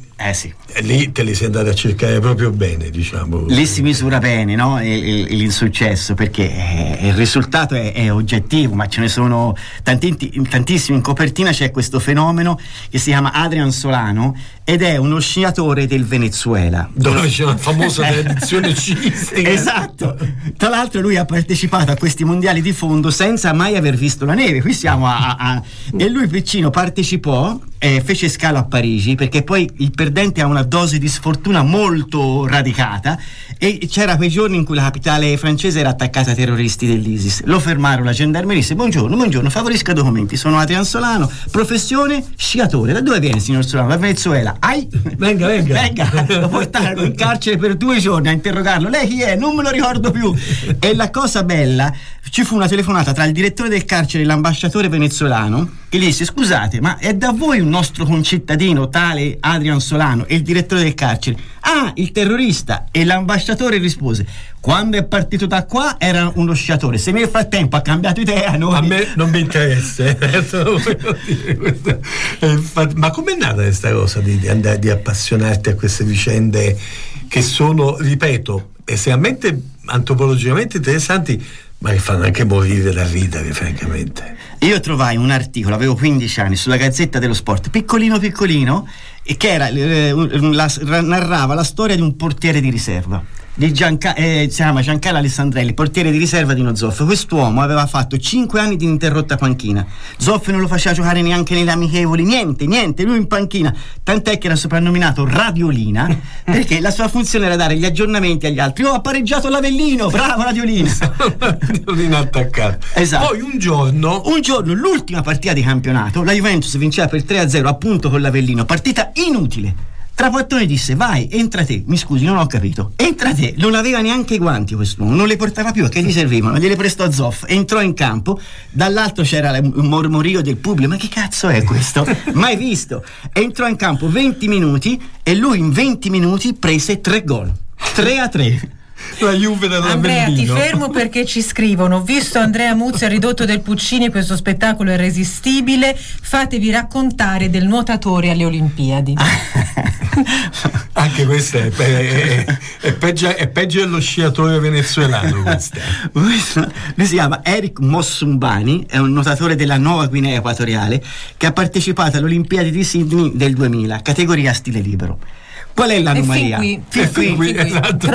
te li sei andati a cercare proprio bene, diciamo. Lì si misura bene, no? L'insuccesso, perché il risultato è oggettivo, ma ce ne sono tantissimi. In copertina c'è questo fenomeno che si chiama Adrian Solano, ed è uno sciatore del Venezuela, dove c'è una famosa tradizione sciistica. Esatto, tra l'altro lui ha partecipato a questi mondiali di fondo senza mai aver visto la neve. Qui siamo e lui piccino partecipò, fece scalo a Parigi, perché poi il perdente ha una dose di sfortuna molto radicata, e c'era quei giorni in cui la capitale francese era attaccata ai terroristi dell'ISIS. Lo fermarono la gendarmeria, disse: buongiorno, favorisca documenti, sono Adrian Solano, professione sciatore. Da dove viene, signor Solano? Da Venezuela. Venga, lo portarono in carcere per 2 giorni a interrogarlo. Lei chi è? Non me lo ricordo più. E la cosa bella, ci fu una telefonata tra il direttore del carcere e l'ambasciatore venezuelano, che gli disse: scusate, ma è da voi un nostro concittadino tale Adrian Solano? E il direttore del carcere: ah, il terrorista. E l'ambasciatore rispose: quando è partito da qua era uno sciatore, se nel frattempo ha cambiato idea a me non mi interessa. Ma com'è nata questa cosa di andare, di appassionarti a queste vicende che sono, ripeto, estremamente antropologicamente interessanti, ma che fanno anche morire da ridere, francamente? Io trovai un articolo, avevo 15 anni, sulla Gazzetta dello Sport, piccolino, e che era narrava la storia di un portiere di riserva, si chiama Giancarlo Alessandrelli, portiere di riserva di uno Zoff. Quest'uomo aveva fatto 5 anni di ininterrotta panchina. Zoff non lo faceva giocare neanche nelle amichevoli, niente, lui in panchina, tant'è che era soprannominato Radiolina, perché la sua funzione era dare gli aggiornamenti agli altri. Ha pareggiato l'Avellino, bravo Radiolina. Radiolina attaccato. Esatto. Poi un giorno, l'ultima partita di campionato, la Juventus vinceva per 3-0 appunto con l'Avellino, partita inutile. Trapattoni disse: vai, entra te. Mi scusi, non ho capito. Entra te. Non aveva neanche i guanti quest'uomo, non le portava più, che gli servivano, gliele prestò Zoff. Entrò in campo, dall'altro c'era un mormorio del pubblico: ma che cazzo è questo? Mai visto. Entrò in campo 20 minuti e lui in 20 minuti prese 3 gol, 3-3. La Juve Andrea, ti fermo perché ci scrivono: visto Andrea Muzzi al ridotto del Puccini, questo spettacolo è irresistibile, fatevi raccontare del nuotatore alle Olimpiadi. Anche questo è peggio dello sciatore venezuelano. Lui si chiama Eric Mossumbani, è un nuotatore della Nuova Guinea Equatoriale che ha partecipato alle Olimpiadi di Sydney del 2000, categoria stile libero. Qual è l'anomalia? Fin qui, esatto,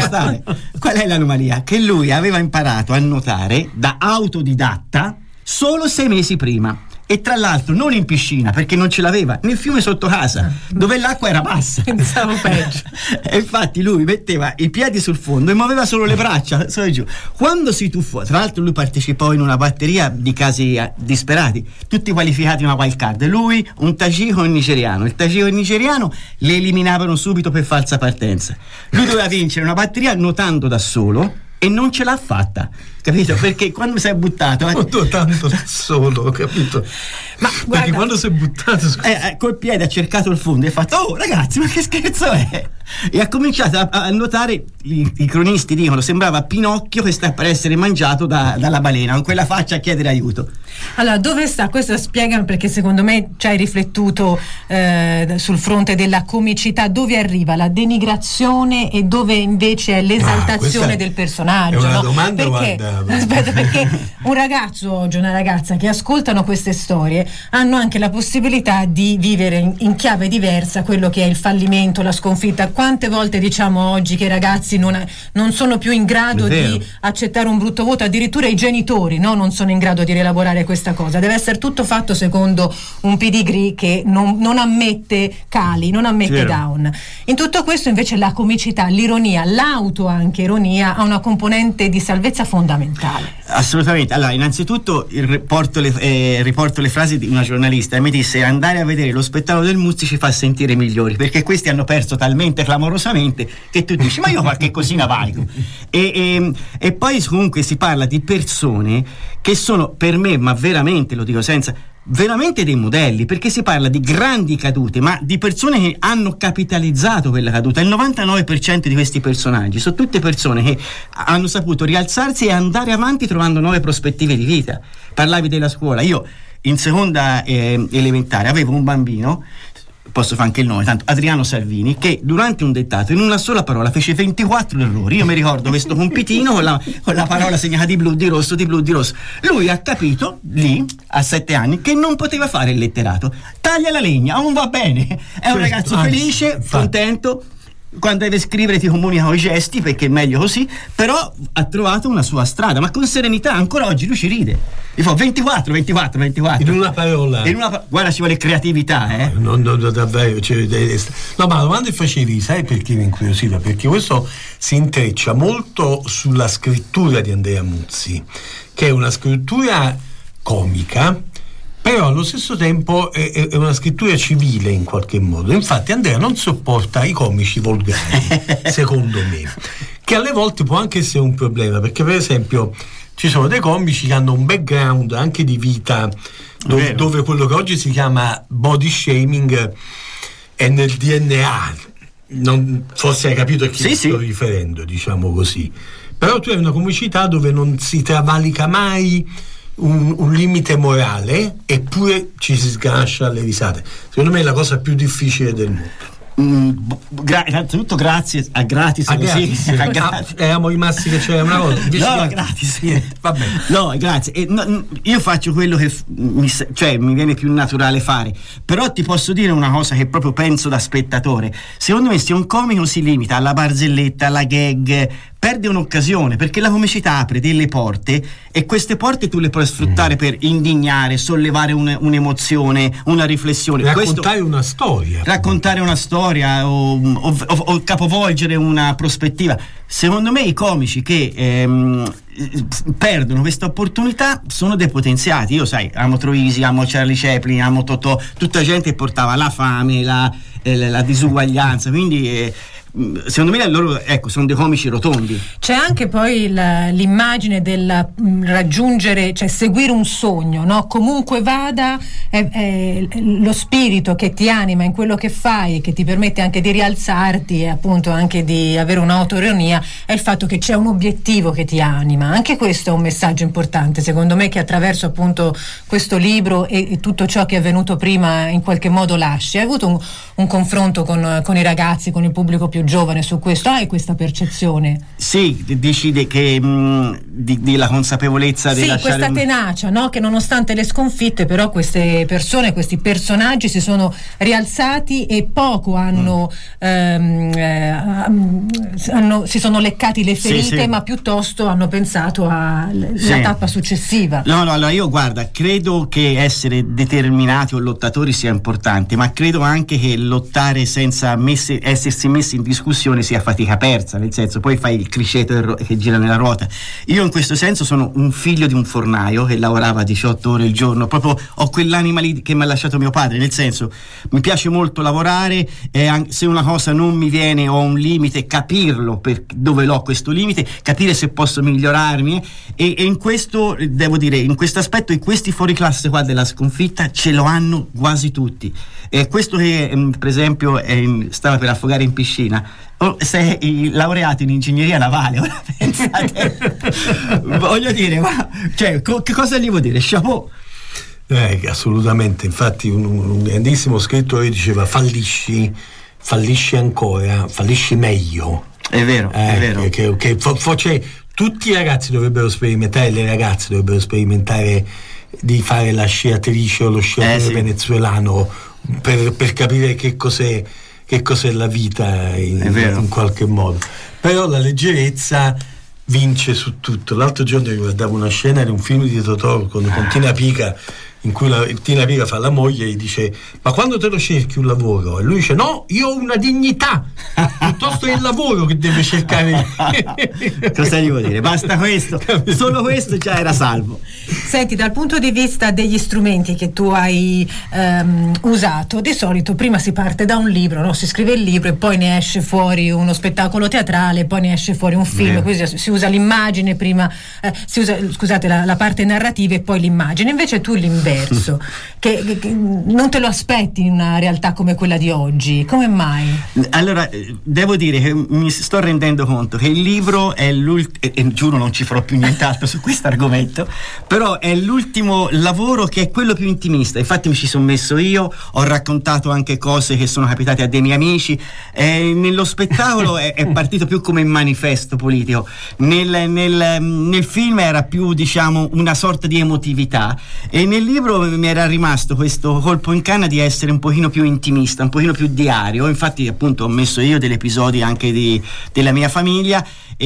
qual è l'anomalia? Che lui aveva imparato a nuotare da autodidatta solo 6 mesi prima. E tra l'altro non in piscina, perché non ce l'aveva, nel fiume sotto casa, dove l'acqua era bassa. Pensavo peggio. E infatti lui metteva i piedi sul fondo e muoveva solo le braccia, su e giù. Quando si tuffò, tra l'altro lui partecipò in una batteria di casi disperati, tutti qualificati in una wild card. Lui, un tagiko e un nigeriano. Il tagiko e il nigeriano le eliminavano subito per falsa partenza. Lui doveva vincere una batteria nuotando da solo e non ce l'ha fatta, capito? Perché quando si è buttato tanto da solo, capito? Ma perché guarda, quando si è buttato col piede ha cercato il fondo e ha fatto: oh ragazzi, ma che scherzo è? E ha cominciato a nuotare. I cronisti dicono: sembrava Pinocchio che sta per essere mangiato dalla balena, con quella faccia a chiedere aiuto. Allora, dove sta? Questo spiegano, perché secondo me ci hai riflettuto sul fronte della comicità. Dove arriva la denigrazione e dove invece è l'esaltazione del personaggio? È una no? domanda, perché un ragazzo oggi, una ragazza che ascoltano queste storie hanno anche la possibilità di vivere in chiave diversa quello che è il fallimento, la sconfitta. Quante volte diciamo oggi che i ragazzi non sono più in grado di accettare un brutto voto, addirittura i genitori non sono in grado di rielaborare questa cosa. Deve essere tutto fatto secondo un pedigree che non ammette cali, non ammette down. In tutto questo invece la comicità, l'ironia, l'auto anche ironia ha una componente di salvezza fondamentale. Assolutamente. Allora, innanzitutto riporto le frasi di una giornalista e mi disse: andare a vedere lo spettacolo del Muzzi ci fa sentire migliori, perché questi hanno perso talmente clamorosamente che tu dici: ma io qualche cosina valgo. E poi comunque si parla di persone che sono, per me, ma veramente lo dico senza, veramente dei modelli, perché si parla di grandi cadute, ma di persone che hanno capitalizzato quella caduta. Il 99% di questi personaggi sono tutte persone che hanno saputo rialzarsi e andare avanti trovando nuove prospettive di vita. Parlavi della scuola. Io in seconda elementare avevo un bambino posso fare anche il nome, tanto Adriano Salvini, che durante un dettato in una sola parola fece 24 errori. Io mi ricordo questo compitino con la parola segnata di blu, di rosso, di blu, di rosso. Lui ha capito lì a 7 anni che non poteva fare il letterato. Taglia la legna, non va bene, è un ragazzo felice, contento. Quando deve scrivere ti comunica i gesti, perché è meglio così, però ha trovato una sua strada, ma con serenità. Ancora oggi lui ci ride, gli fa 24 in una parola, guarda, ci vuole creatività, non davvero, no, ma la domanda che facevi, sai perché mi incuriosiva? Perché questo si intreccia molto sulla scrittura di Andrea Muzzi, che è una scrittura comica, però allo stesso tempo è una scrittura civile in qualche modo. Infatti Andrea non sopporta i comici volgari, secondo me, che alle volte può anche essere un problema, perché per esempio ci sono dei comici che hanno un background anche di vita dove quello che oggi si chiama body shaming è nel DNA. Forse hai capito a chi mi sto riferendo, diciamo così. Però tu hai una comicità dove non si travalica mai un limite morale, eppure ci si sganascia alle risate. Secondo me è la cosa più difficile del mondo. Innanzitutto grazie a gratis, eravamo rimasti che c'era una cosa. No, gratis. Va bene. No, grazie. Io faccio quello che mi viene più naturale fare. Però ti posso dire una cosa che proprio penso da spettatore. Secondo me se un comico si limita alla barzelletta, alla gag, perde un'occasione, perché la comicità apre delle porte e queste porte tu le puoi sfruttare per indignare, sollevare un'emozione, una riflessione, raccontare una storia o capovolgere una prospettiva. Secondo me i comici che perdono questa opportunità sono depotenziati. Io amo Troisi, amo Charlie Chaplin, amo Totò, tutta gente che portava la fame, la disuguaglianza, quindi secondo me loro sono dei comici rotondi. C'è anche poi l'immagine del raggiungere, cioè seguire un sogno, no? Comunque vada, lo spirito che ti anima in quello che fai e che ti permette anche di rialzarti e appunto anche di avere un'autoironia, è il fatto che c'è un obiettivo che ti anima. Anche questo è un messaggio importante, secondo me, che attraverso appunto questo libro e tutto ciò che è avvenuto prima in qualche modo lasci. Hai avuto un confronto con i ragazzi, con il pubblico più giovane su questo? Hai questa percezione? Sì, decide che di la consapevolezza di lasciare questa tenacia, no? Che nonostante le sconfitte però queste persone, questi personaggi si sono rialzati e poco si sono leccati le ferite, ma piuttosto hanno pensato alla tappa successiva. No, allora io guarda, credo che essere determinati o lottatori sia importante, ma credo anche che lottare senza essersi messi in discussione sia fatica persa, nel senso poi fai il criceto che gira nella ruota. Io in questo senso sono un figlio di un fornaio che lavorava 18 ore il giorno, proprio ho quell'anima lì che mi ha lasciato mio padre, nel senso mi piace molto lavorare, se una cosa non mi viene ho un limite, capirlo per dove l'ho questo limite, capire se posso migliorarmi e in questo devo dire, in questo aspetto e questi fuoriclasse qua della sconfitta ce lo hanno quasi tutti. Questo che per esempio stava per affogare in piscina, sei laureato in ingegneria navale, ora pensate voglio dire, ma che cosa gli vuol dire? Chapeau. Assolutamente, infatti un grandissimo scrittore diceva fallisci ancora, fallisci meglio. È vero. Che tutti i ragazzi dovrebbero sperimentare, le ragazze dovrebbero sperimentare di fare la sciatrice o lo sciatore venezuelano per capire che cos'è la vita in qualche modo. Però la leggerezza vince su tutto. L'altro giorno riguardavo una scena di un film di Totò con Tina Pica, in cui Tina Pica fa la moglie e dice: ma quando te lo cerchi un lavoro? E lui dice: no, io ho una dignità, piuttosto è il lavoro che deve cercare. Cosa gli vuol dire? Basta questo, solo questo già era salvo. Senti, dal punto di vista degli strumenti che tu hai usato, di solito prima si parte da un libro, no? Si scrive il libro e poi ne esce fuori uno spettacolo teatrale, poi ne esce fuori un film, quindi si usa l'immagine prima, si usa, scusate, la parte narrativa e poi l'immagine. Invece tu l'inverti, diverso, che non te lo aspetti in una realtà come quella di oggi. Come mai? Allora, devo dire che mi sto rendendo conto che il libro è e giuro non ci farò più nient'altro su questo argomento, però è l'ultimo lavoro che è quello più intimista. Infatti mi ci sono messo io, ho raccontato anche cose che sono capitate a dei miei amici. Nello spettacolo è partito più come manifesto politico, nel film era più, diciamo, una sorta di emotività, e nel libro mi era rimasto questo colpo in canna di essere un pochino più intimista, un pochino più diario. Infatti appunto ho messo io degli episodi anche della mia famiglia,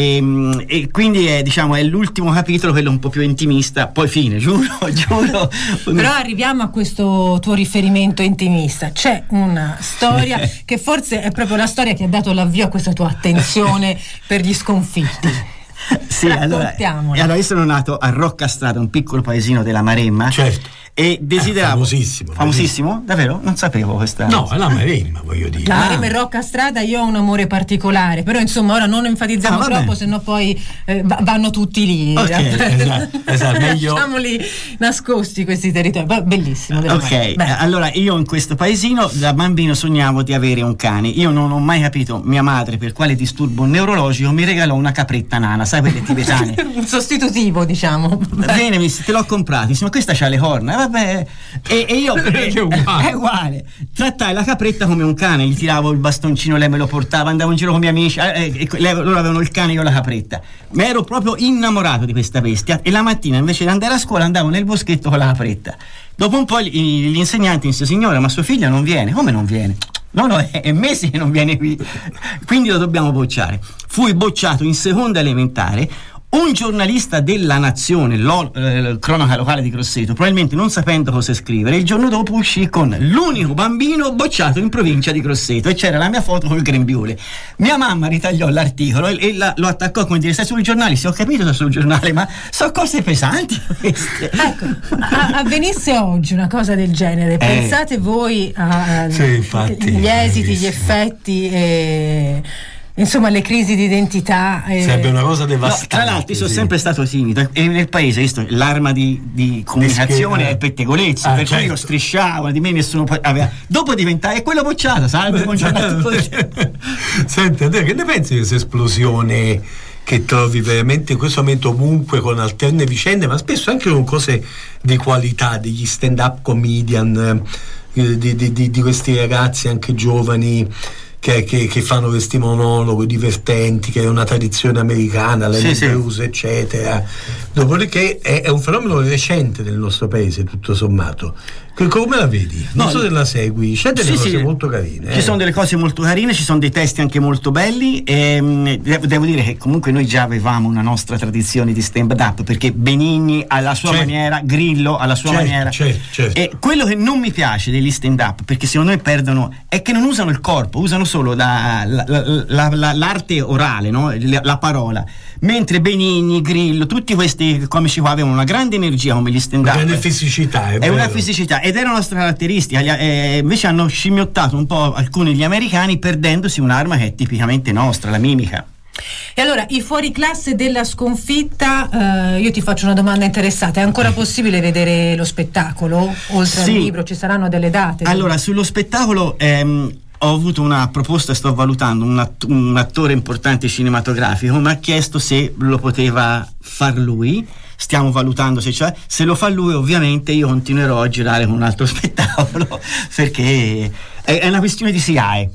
e quindi è l'ultimo capitolo, quello un po' più intimista, poi fine, giuro. Però arriviamo a questo tuo riferimento intimista. C'è una storia che forse è proprio la storia che ha dato l'avvio a questa tua attenzione per gli sconfitti. Sì, allora io sono nato a Roccastrada, un piccolo paesino della Maremma. Certo. E desideravo. Famosissimo? Davvero? Non sapevo questa. No, è la Maremma, voglio dire. La Maremma e Roccastrada, io ho un amore particolare, però insomma ora non enfatizziamo troppo, sennò poi vanno tutti lì. Ok, esatto, meglio. Lasciamoli nascosti questi territori. Bellissimo. Ok, allora io in questo paesino da bambino sognavo di avere un cane. Io non ho mai capito mia madre per quale disturbo neurologico mi regalò una capretta nana, sai, quelle tibetane. Un sostitutivo, diciamo. Bene, te l'ho comprato, ma questa c'ha le corna. Vabbè, e io è uguale. Trattai la capretta come un cane, gli tiravo il bastoncino, lei me lo portava, andavo in giro con i miei amici, loro avevano il cane, io la capretta. Ma ero proprio innamorato di questa bestia, e la mattina invece di andare a scuola andavo nel boschetto con la capretta. Dopo un po' gli insegnanti mi dissero: signora, ma sua figlia non viene. Come non viene? No, è mesi che non viene qui, quindi lo dobbiamo bocciare. Fui bocciato in seconda elementare. Un giornalista della Nazione, cronaca locale di Grosseto, probabilmente non sapendo cosa scrivere, il giorno dopo uscì con l'unico bambino bocciato in provincia di Grosseto, e c'era la mia foto col grembiule. Mia mamma ritagliò l'articolo e lo attaccò come dire: stai sul giornale? Sì, ho capito, sto sul giornale, ma sono cose pesanti queste. Ecco, avvenisse oggi una cosa del genere, pensate voi agli esiti, gli effetti insomma le crisi di identità. Sarebbe una cosa devastante. No, tra l'altro io sono sempre stato timido, e nel paese visto l'arma di comunicazione è pettegolezzo, per cui io strisciavo, di me nessuno aveva. Dopo diventai quello bocciato, salve, buongiorno. Senti, Andrea, che ne pensi di questa esplosione che trovi veramente in questo momento ovunque, con alterne vicende, ma spesso anche con cose di qualità, degli stand-up comedian, di questi ragazzi anche giovani che fanno questi monologhi divertenti, che è una tradizione americana, Lenny Bruce, eccetera. Dopodiché è un fenomeno recente del nostro paese, tutto sommato. Come la vedi? Non so se la segui, c'è delle cose molto carine. Ci sono delle cose molto carine, ci sono dei testi anche molto belli, e devo dire che comunque noi già avevamo una nostra tradizione di stand-up, perché Benigni alla sua maniera, Grillo alla sua maniera. Certo. E quello che non mi piace degli stand-up, perché secondo me perdono, è che non usano il corpo, usano solo l'arte orale, no? La parola. Mentre Benigni, Grillo, tutti questi comici qua avevano una grande energia come gli stand-up. Una grande fisicità, è una fisicità, ed è la nostra caratteristica. Invece hanno scimmiottato un po' alcuni degli americani, perdendosi un'arma che è tipicamente nostra, la mimica. E allora, i fuoriclasse della sconfitta, io ti faccio una domanda interessata: è ancora possibile vedere lo spettacolo? Oltre al libro ci saranno delle date? Allora, sullo spettacolo ho avuto una proposta, sto valutando, un attore importante cinematografico mi ha chiesto se lo poteva far lui. Stiamo valutando se lo fa lui, ovviamente io continuerò a girare con un altro spettacolo, perché è una questione di SIAE.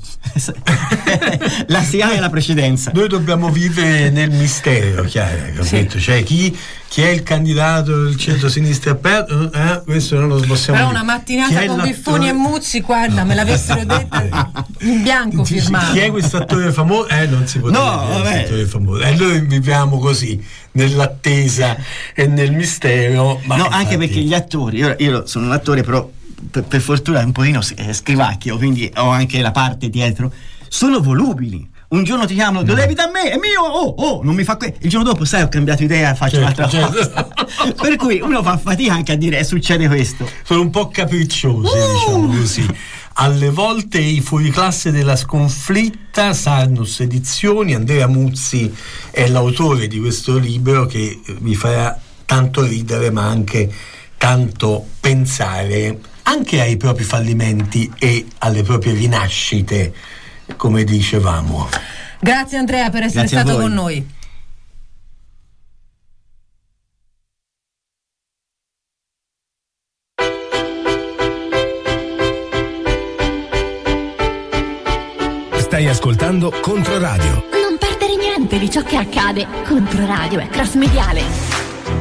La SIAE è la precedenza. Noi dobbiamo vivere nel mistero, chiaro, capito? Cioè chi è il candidato del centro-sinistra aperto, questo non lo possiamo però dire. Una mattinata con Biffoni e Muzzi, guarda, me l'avessero detta in bianco firmato. Chi è questo attore famoso? Non si può dire attore famoso. E noi viviamo così, nell'attesa e nel mistero. Ma anche perché gli attori, io sono un attore, però per fortuna un pochino scrivacchio, quindi ho anche la parte dietro, sono volubili. Un giorno ti chiamano, lo devi da me, è mio, non mi fa il giorno dopo, sai, ho cambiato idea, faccio un'altra cosa. Per cui uno fa fatica anche a dire succede questo. Sono un po' capricciosi, diciamo così. Alle volte i fuoriclasse della sconfitta, Sarnus Edizioni. Andrea Muzzi è l'autore di questo libro, che vi farà tanto ridere ma anche tanto pensare anche ai propri fallimenti e alle proprie rinascite, come dicevamo. Grazie Andrea per essere stato con noi. Stai ascoltando Controradio. Non perdere niente di ciò che accade. Controradio è cross mediale.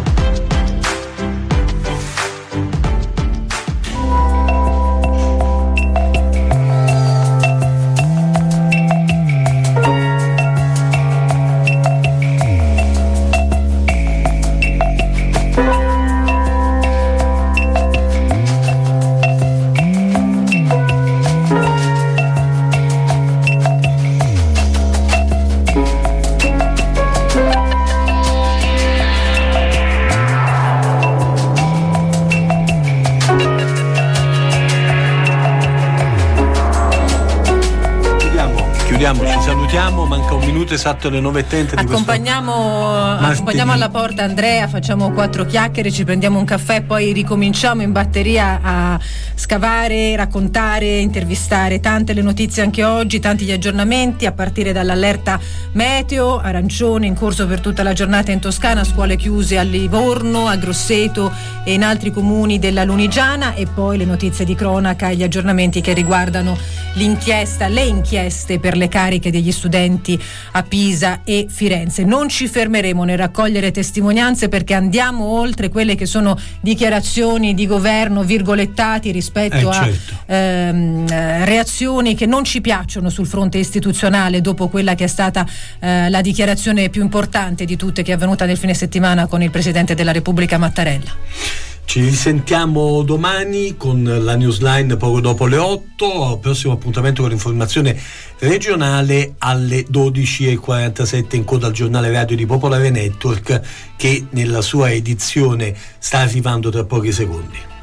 Ci salutiamo, manca un minuto esatto alle 9:30 di accompagniamo alla porta Andrea, facciamo 4 chiacchiere, ci prendiamo un caffè, poi ricominciamo in batteria a scavare, raccontare, intervistare. Tante le notizie anche oggi, tanti gli aggiornamenti, a partire dall'allerta meteo arancione in corso per tutta la giornata in Toscana, scuole chiuse a Livorno, a Grosseto e in altri comuni della Lunigiana, e poi le notizie di cronaca e gli aggiornamenti che riguardano le inchieste per le cariche degli studenti a Pisa e Firenze. Non ci fermeremo nel raccogliere testimonianze, perché andiamo oltre quelle che sono dichiarazioni di governo virgolettati rispetto a reazioni che non ci piacciono sul fronte istituzionale, dopo quella che è stata la dichiarazione più importante di tutte, che è avvenuta nel fine settimana con il Presidente della Repubblica Mattarella. Ci risentiamo domani con la Newsline poco dopo le 8, prossimo appuntamento con l'informazione regionale alle 12:47 in coda al giornale radio di Popolare Network, che nella sua edizione sta arrivando tra pochi secondi.